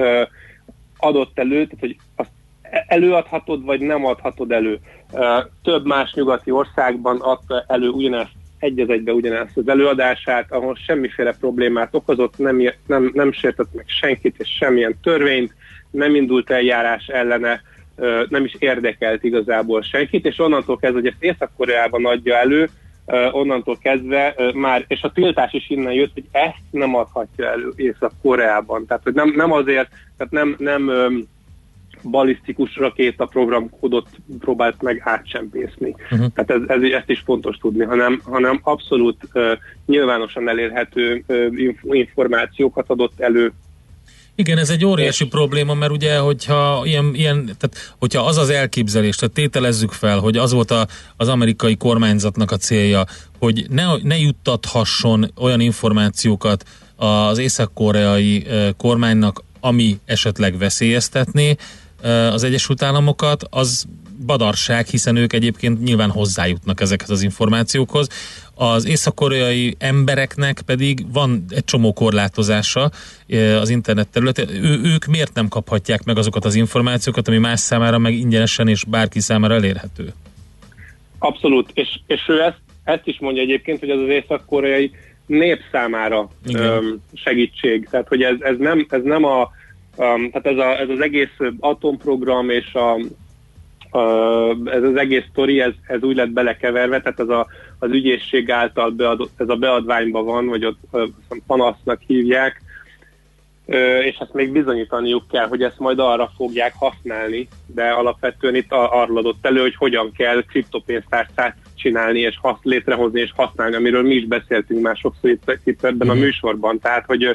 adott elő, tehát hogy azt előadhatod, vagy nem adhatod elő. Több más nyugati országban adta elő egy az egybe ugyanezt az előadását, ahol semmiféle problémát okozott, nem sértett meg senkit és semmilyen törvényt, nem indult eljárás ellene, nem is érdekelt igazából senkit, és onnantól kezdve, hogy ezt Észak-Koreában adja elő, onnantól kezdve már, és a tiltás is innen jött, hogy ezt nem adhatja elő Észak-Koreában. Tehát, hogy nem azért, tehát nem balisztikus rakétaprogramkódot próbált meg átcsempészni. Tehát ezt is fontos tudni, hanem abszolút nyilvánosan elérhető információkat adott elő. Igen, ez egy óriási probléma, mert ugye, hogyha tehát hogyha az elképzelés, tehát tételezzük fel, hogy az volt az amerikai kormányzatnak a célja, hogy ne juttathasson olyan információkat az észak-koreai kormánynak, ami esetleg veszélyeztetné az Egyesült Államokat, az badarság, hiszen ők egyébként nyilván hozzájutnak ezekhez az információkhoz. Az észak-koreai embereknek pedig van egy csomó korlátozása az internet területen. Ők miért nem kaphatják meg azokat az információkat, ami más számára meg ingyenesen és bárki számára elérhető? Abszolút, és ő ezt is mondja egyébként, hogy az észak-koreai nép számára segítség. Tehát, hogy ez nem tehát ez az egész atomprogram és ez az egész sztori, ez úgy lett belekeverve, tehát az ügyészség által ez a beadványban van, vagy ott panasznak hívják, és ezt még bizonyítaniuk kell, hogy ezt majd arra fogják használni, de alapvetően itt arról adott elő, hogy hogyan kell kriptopénztárcát csinálni, és létrehozni, és használni, amiről mi is beszéltünk már sokszor itt ebben a műsorban. Tehát, hogy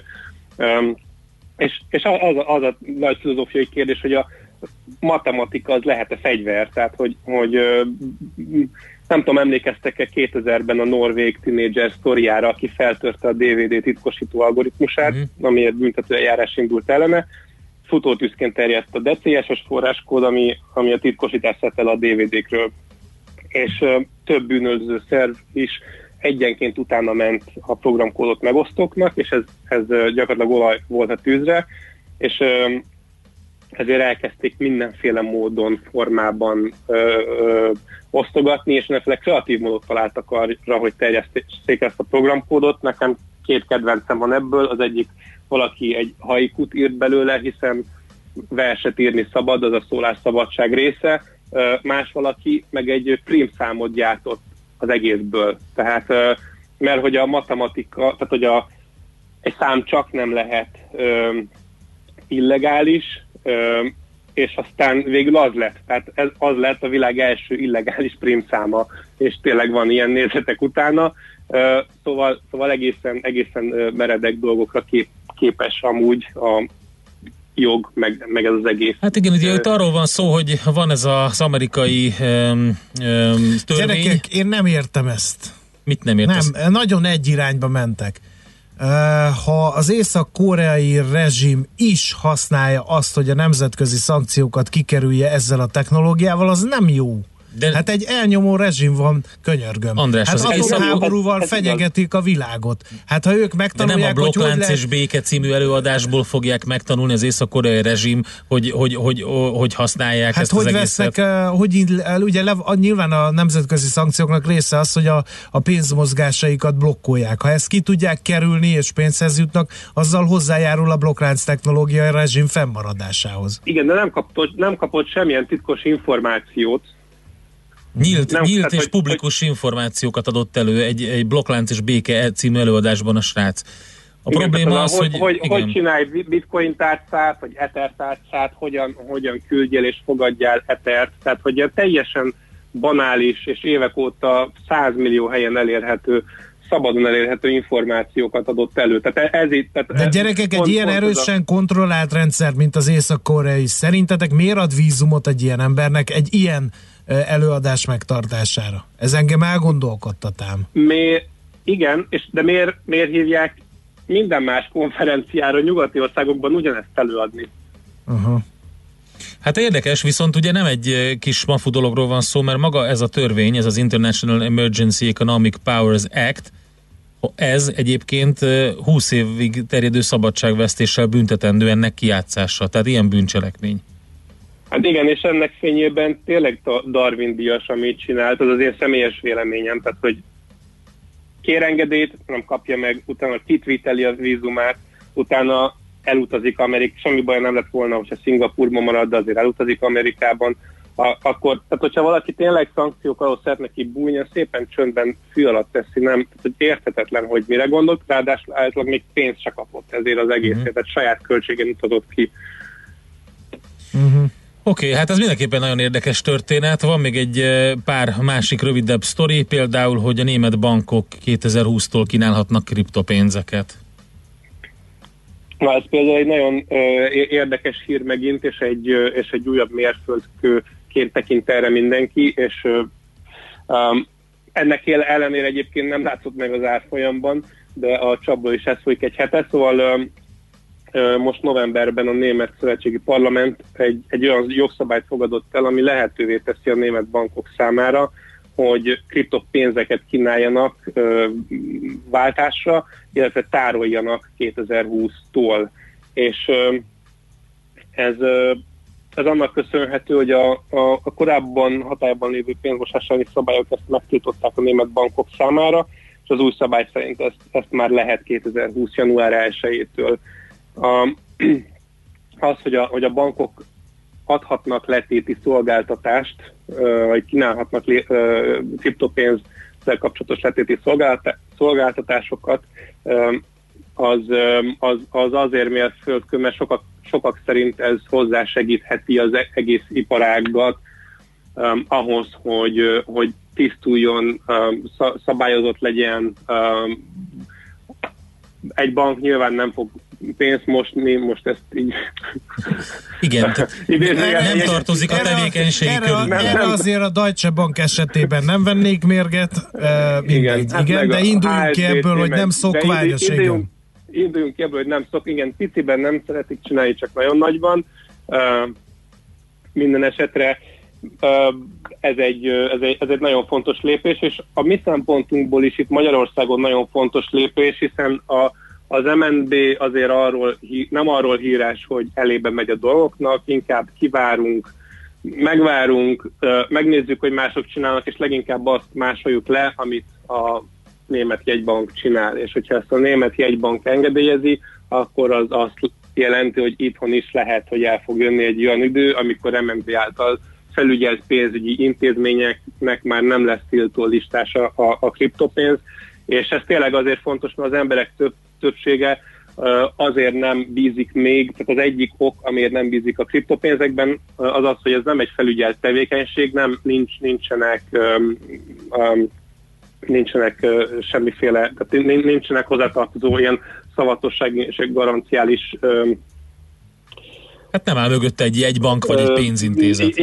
és az a nagy filozófiai kérdés, hogy a matematika az lehet-e fegyver, tehát hogy nem tudom, emlékeztek-e 2000-ben a norvég tínédzser sztoriára, aki feltörte a DVD titkosító algoritmusát, amiért büntetőeljárás indult ellene. Futótűzként terjedt a DCS-es forráskód, ami a titkosítást szedte el a DVD-kről. És több bűnöldöző szerv is egyenként utána ment a programkódot megosztóknak, és ez gyakorlatilag olaj volt a tűzre, és ezért elkezdték mindenféle módon, formában osztogatni, és mindenféle kreatív módot találtak arra, hogy terjesszék ezt a programkódot. Nekem 2 kedvencem van ebből, az egyik valaki egy haikut írt belőle, hiszen verset írni szabad, az a szólásszabadság része, más valaki meg egy prímszámot gyártott az egészből. Tehát, mert hogy a matematika, tehát hogy egy szám csak nem lehet illegális, és aztán végül az lett. Tehát az lett a világ első illegális prímszáma, és tényleg van ilyen nézetek utána. Szóval egészen meredek dolgokra képes amúgy a jog, meg ez az egész. Hát igen, ugye itt arról van szó, hogy van ez az amerikai törvény. Gyerekek, én nem értem ezt. Mit nem értesz? Nem, nagyon egy irányba mentek. ha az észak-koreai rezsim is használja azt, hogy a nemzetközi szankciókat kikerülje ezzel a technológiával, az nem jó. De hát egy elnyomó rezsim van, könyörgöm. András, hát az háborúval fenyegetik a világot. Hát ha ők megtanulják, de nem a Blokklánc és béke című előadásból fogják megtanulni az észak-koreai rezsim, hogy használják hát ezt az egészet. Ugye nyilván a nemzetközi szankcióknak része az, hogy a pénzmozgásaikat blokkolják. Ha ezt ki tudják kerülni és pénzhez jutnak, azzal hozzájárul a blokklánc technológiai rezsim fennmaradásához. Igen, de nem kapott semmilyen titkos információt. Nyílt és publikus információkat adott elő egy Blokklánc és béke című előadásban a srác. Igen, probléma az, hogy csinálj bitcoin tárcát, vagy ether tárcát, hogyan küldjél és fogadjál ethert, tehát hogy teljesen banális és évek óta 100 millió helyen elérhető, szabadon elérhető információkat adott elő. De gyerekek, egy ilyen erősen kontrollált rendszer, mint az észak-koreai, szerintetek miért ad vízumot egy ilyen embernek egy ilyen előadás megtartására? Ez engem elgondolkodtatám. Igen, de miért hívják minden más konferenciára nyugati országokban ugyanezt előadni? Uh-huh. Hát érdekes, viszont ugye nem egy kis mafu dologról van szó, mert maga ez a törvény, ez az International Emergency Economic Powers Act, ez egyébként 20 évig terjedő szabadságvesztéssel büntetendő ennek kijátszása, tehát ilyen bűncselekmény. Hát igen, és ennek fényében tényleg Darwin-díjas, amit csinált, az én személyes véleményem, tehát hogy kér engedélyt, nem kapja meg, utána kitvízeli a vízumát, utána elutazik Amerikába, semmi baj nem lett volna, hogyha Szingapúrban marad, de azért elutazik Amerikában, akkor, tehát hogyha valaki tényleg szankciók alól szeretne kibújni, szépen csöndben fű alatt teszi, nem, tehát érthetetlen, hogy mire gondolt, ráadásul általában még pénzt se kapott ezért az egészért, tehát saját költségen utazott ki. Oké, hát ez mindenképpen nagyon érdekes történet. Van még egy pár másik rövidebb sztori, például, hogy a német bankok 2020-tól kínálhatnak kriptopénzeket. Na, ez például egy nagyon érdekes hír megint, és egy újabb mérföldkőként tekint erre mindenki, és ennek ellenére egyébként nem látszott meg az árfolyamban, de a csapból is ez folyik egy hete, szóval most novemberben a Német Szövetségi Parlament egy olyan jogszabályt fogadott el, ami lehetővé teszi a német bankok számára, hogy kriptopénzeket kínáljanak váltásra, illetve tároljanak 2020-tól. És ez annak köszönhető, hogy a korábban hatályban lévő pénzmosásáni szabályok ezt megtiltották a német bankok számára, és az új szabály szerint ezt már lehet 2020. január 1-től. Az, hogy a bankok adhatnak letéti szolgáltatást, vagy kínálhatnak kriptopénzzel kapcsolatos letéti szolgáltatásokat, az azért mérföldkő, mert sokak szerint ez hozzásegítheti az egész iparágat ahhoz, hogy tisztuljon, szabályozott legyen. Egy bank nyilván nem fog pénzt mosni, most ezt így... Igen, nem tartozik a tevékenységi körül. Erre azért a Deutsche Bank esetében nem vennék mérget, igen, de induljunk ki ebből, hogy nem szokványos. Induljunk ki ebből, hogy nem szok, igen, piciben nem szeretik csinálni, csak nagyon nagyban. Minden esetre ez egy nagyon fontos lépés, és a mi szempontunkból is itt Magyarországon nagyon fontos lépés, hiszen az MNB azért nem arról híres, hogy elébe megy a dolgoknak, inkább kivárunk, megvárunk, megnézzük, hogy mások csinálnak, és leginkább azt másoljuk le, amit a német jegybank csinál. És hogyha ezt a német jegybank engedélyezi, akkor az azt jelenti, hogy itthon is lehet, hogy el fog jönni egy olyan idő, amikor MNB által felügyelt pénzügyi intézményeknek már nem lesz tiltó listása a kriptopénz, és ez tényleg azért fontos, mert az emberek többsége azért nem bízik még, tehát az egyik ok, amiért nem bízik a kriptopénzekben, az az, hogy ez nem egy felügyelt tevékenység, nincsenek semmiféle, tehát nincsenek hozzátartozó ilyen szavatossági és garanciális hát nem áll mögötte egy jegybank vagy egy pénzintézet.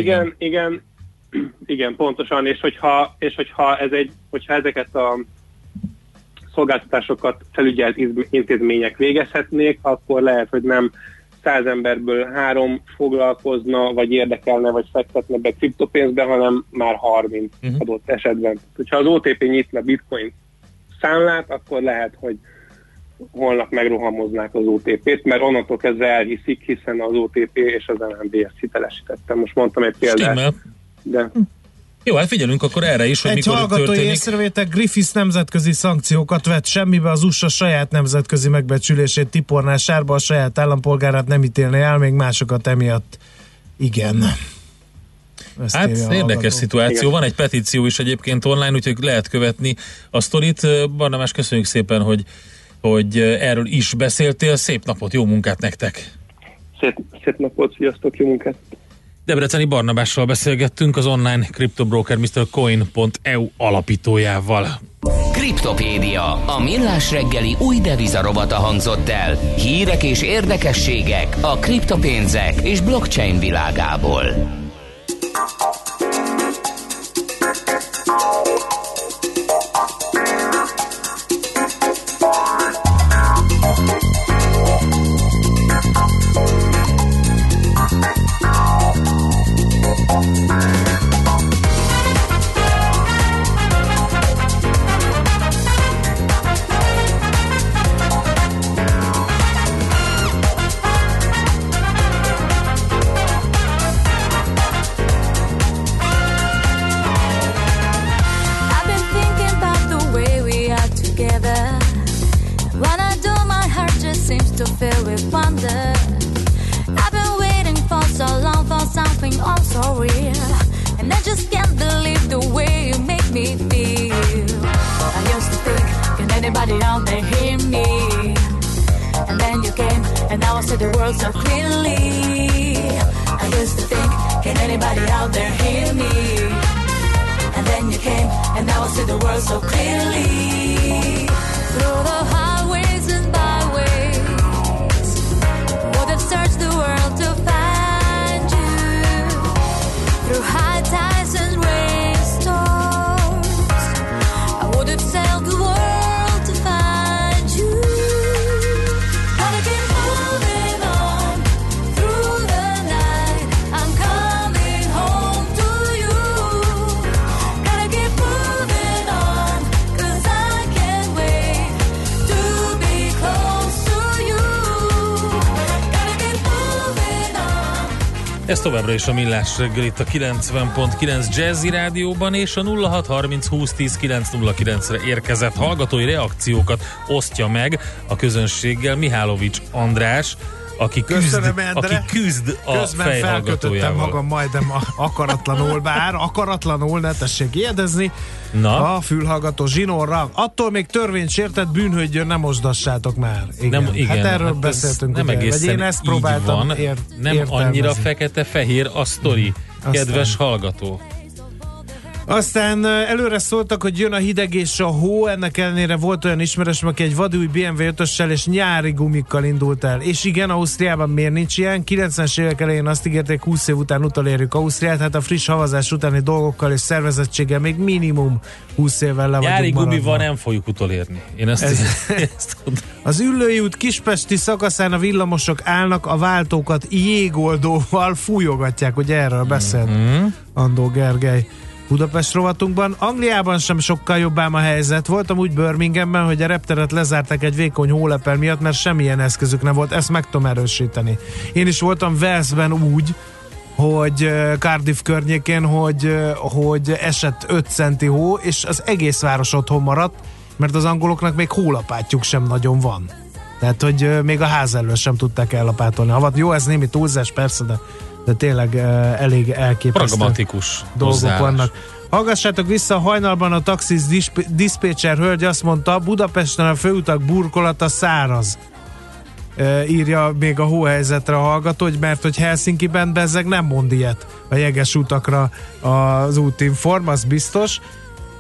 Igen, pontosan, és hogyha ezeket a szolgáltatásokat felügyelt intézmények végezhetnék, akkor lehet, hogy nem 100 emberből 3 foglalkozna, vagy érdekelne, vagy fektetne be kriptopénzbe, hanem már 30 adott esetben. Ha az OTP nyitna bitcoin számlát, akkor lehet, hogy holnap megrohamoznák az OTP-t, mert onnantól kezdve elhiszik, hiszen az OTP és az MNB-t hitelesítette. Most mondtam egy példát. De... Jó, hát figyelünk akkor erre is, hogy egy mikor hallgatói történik. észrevétel, Griffiths nemzetközi szankciókat vett semmibe, az USA saját nemzetközi megbecsülését tiporná sárba, a saját állampolgárát nem ítélné el, még másokat emiatt igen. Ezt hát érdekes szituáció. Igen. Van egy petíció is egyébként online, úgyhogy lehet követni a sztorit. Barnabás, köszönjük szépen, hogy erről is beszéltél. Szép napot, jó munkát nektek! Szép napot, sziasztok, jó munkát! Debreceni Barnabással beszélgettünk, az online kriptobroker MrCoin.eu alapítójával. Kriptopédia, a millás reggeli új devizarovata hangzott el. Hírek és érdekességek a kriptopénzek és blockchain világából. To fill with wonder, I've been waiting for so long for something oh so real, and I just can't believe the way you make me feel. I used to think, can anybody out there hear me? And then you came, and now I see the world so clearly. I used to think, can anybody out there hear me? And then you came, and now I see the world so clearly. Through the highways and byways, search the world to find you. Through high tides and rainstorms, I would have sailed the world to find you. Gotta keep moving on through the night. I'm coming home to you. Gotta keep moving on, 'cause I can't wait to be close to you. Ez továbbra is a Millás reggel itt a 90.9 Jazzy Rádióban, és a 0630 2010 909-re érkezett hallgatói reakciókat osztja meg a közönséggel Mihálovics András, aki küzd a közben felkötöttem magam majdnem akaratlanul, ne tessék érdezni. Na? A fülhallgató zsinórra. Attól még törvényt sértett bűnhődjön, nem mosdassátok már. Igen. Nem, igen, hát erről beszéltünk. Nem egészen én ezt próbáltam van. Nem annyira fekete-fehér a sztori, kedves hallgató. Aztán előre szóltak, hogy jön a hideg és a hó, ennek ellenére volt olyan ismerős, aki egy vadúj BMW 5-össel és nyári gumikkal indult el. És igen, Ausztriában miért nincs ilyen? 90-es évek elején azt ígérték, 20 év után utolérjük Ausztriát, hát a friss havazás utáni dolgokkal és szervezettséggel még minimum 20 évvel le vagyunk nyári maradva. gumival nem fogjuk utolérni. Én ezt az Üllői út Kispesti szakaszán a villamosok állnak, a váltókat jégoldóval fújogatják, hogy erről beszélt Andó Gergely. Budapest rovatunkban. Angliában sem sokkal jobb ám a helyzet. Voltam úgy Birminghamben, hogy a repteret lezárták egy vékony hólepel miatt, mert semmilyen eszközük nem volt. Ezt meg tudom erősíteni. Én is voltam Walesben úgy, hogy Cardiff környékén, hogy esett 5 centi hó, és az egész város otthon maradt, mert az angoloknak még hólapátjuk sem nagyon van. Tehát, hogy még a ház elől sem tudták ellapátolni. Jó, ez némi túlzás, persze, de tényleg elég elképesztő pragmatikus dolgok vannak. Hallgassátok vissza, hajnalban a taxis diszpécser hölgy azt mondta, Budapesten a főutak burkolata száraz. Írja még a hóhelyzetre a hallgató, hogy mert hogy Helsinki-ben bezzeg nem mond ilyet a jeges utakra az útinform, az biztos.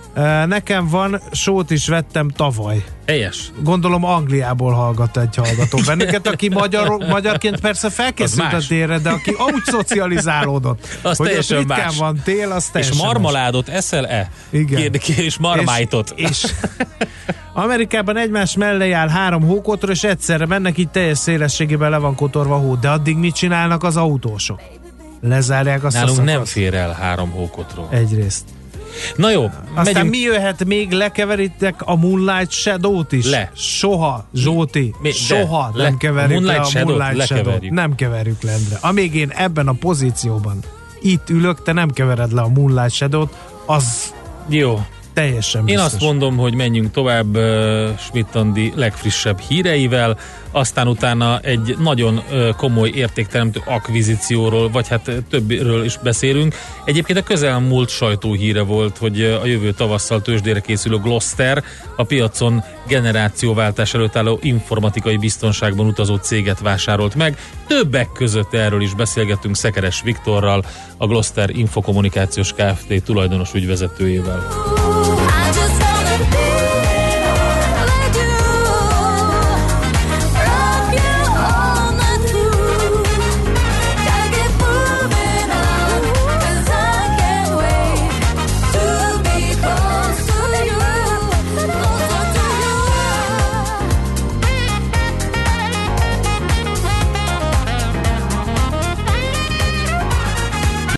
Nekem van, sót is vettem tavaly. Helyes. Gondolom Angliából hallgat egy hallgató bennünket, aki magyarként persze felkészült a térre, de aki úgy szocializálódott, az hogy teljesen ott ritkán más. van tél, az teljesen és marmaládot eszel-e? Igen. És marmájtot. És Amerikában egymás mellé áll 3 hókotról, és egyszerre mennek, így teljes szélességében le van kotorva a hó. De addig mit csinálnak az autósok? Lezárják azt. Nálunk nem fér el 3 hókotról. Egyrészt. Na jó, aztán mi jöhet még? Lekeveritek a Moonlight Shadow-t is? Soha, Zsóti, soha nem keverjük le a Moonlight Shadow-t. Nem keverjük le, Endre. Amíg én ebben a pozícióban itt ülök, te nem kevered le a Moonlight Shadow-t, az jó. Teljesen biztos. Én azt mondom, hogy menjünk tovább Schmidt-Andi legfrissebb híreivel, aztán utána egy nagyon komoly értékteremtő akvizícióról, vagy hát többről is beszélünk. Egyébként a közelmúlt sajtóhíre volt, hogy a jövő tavasszal tőzsdére készülő Gloster a piacon generációváltás előtt álló informatikai biztonságban utazó céget vásárolt meg. Többek között erről is beszélgettünk Szekeres Viktorral, a Gloster Infokommunikációs Kft. Tulajdonos ügyvezetőjével.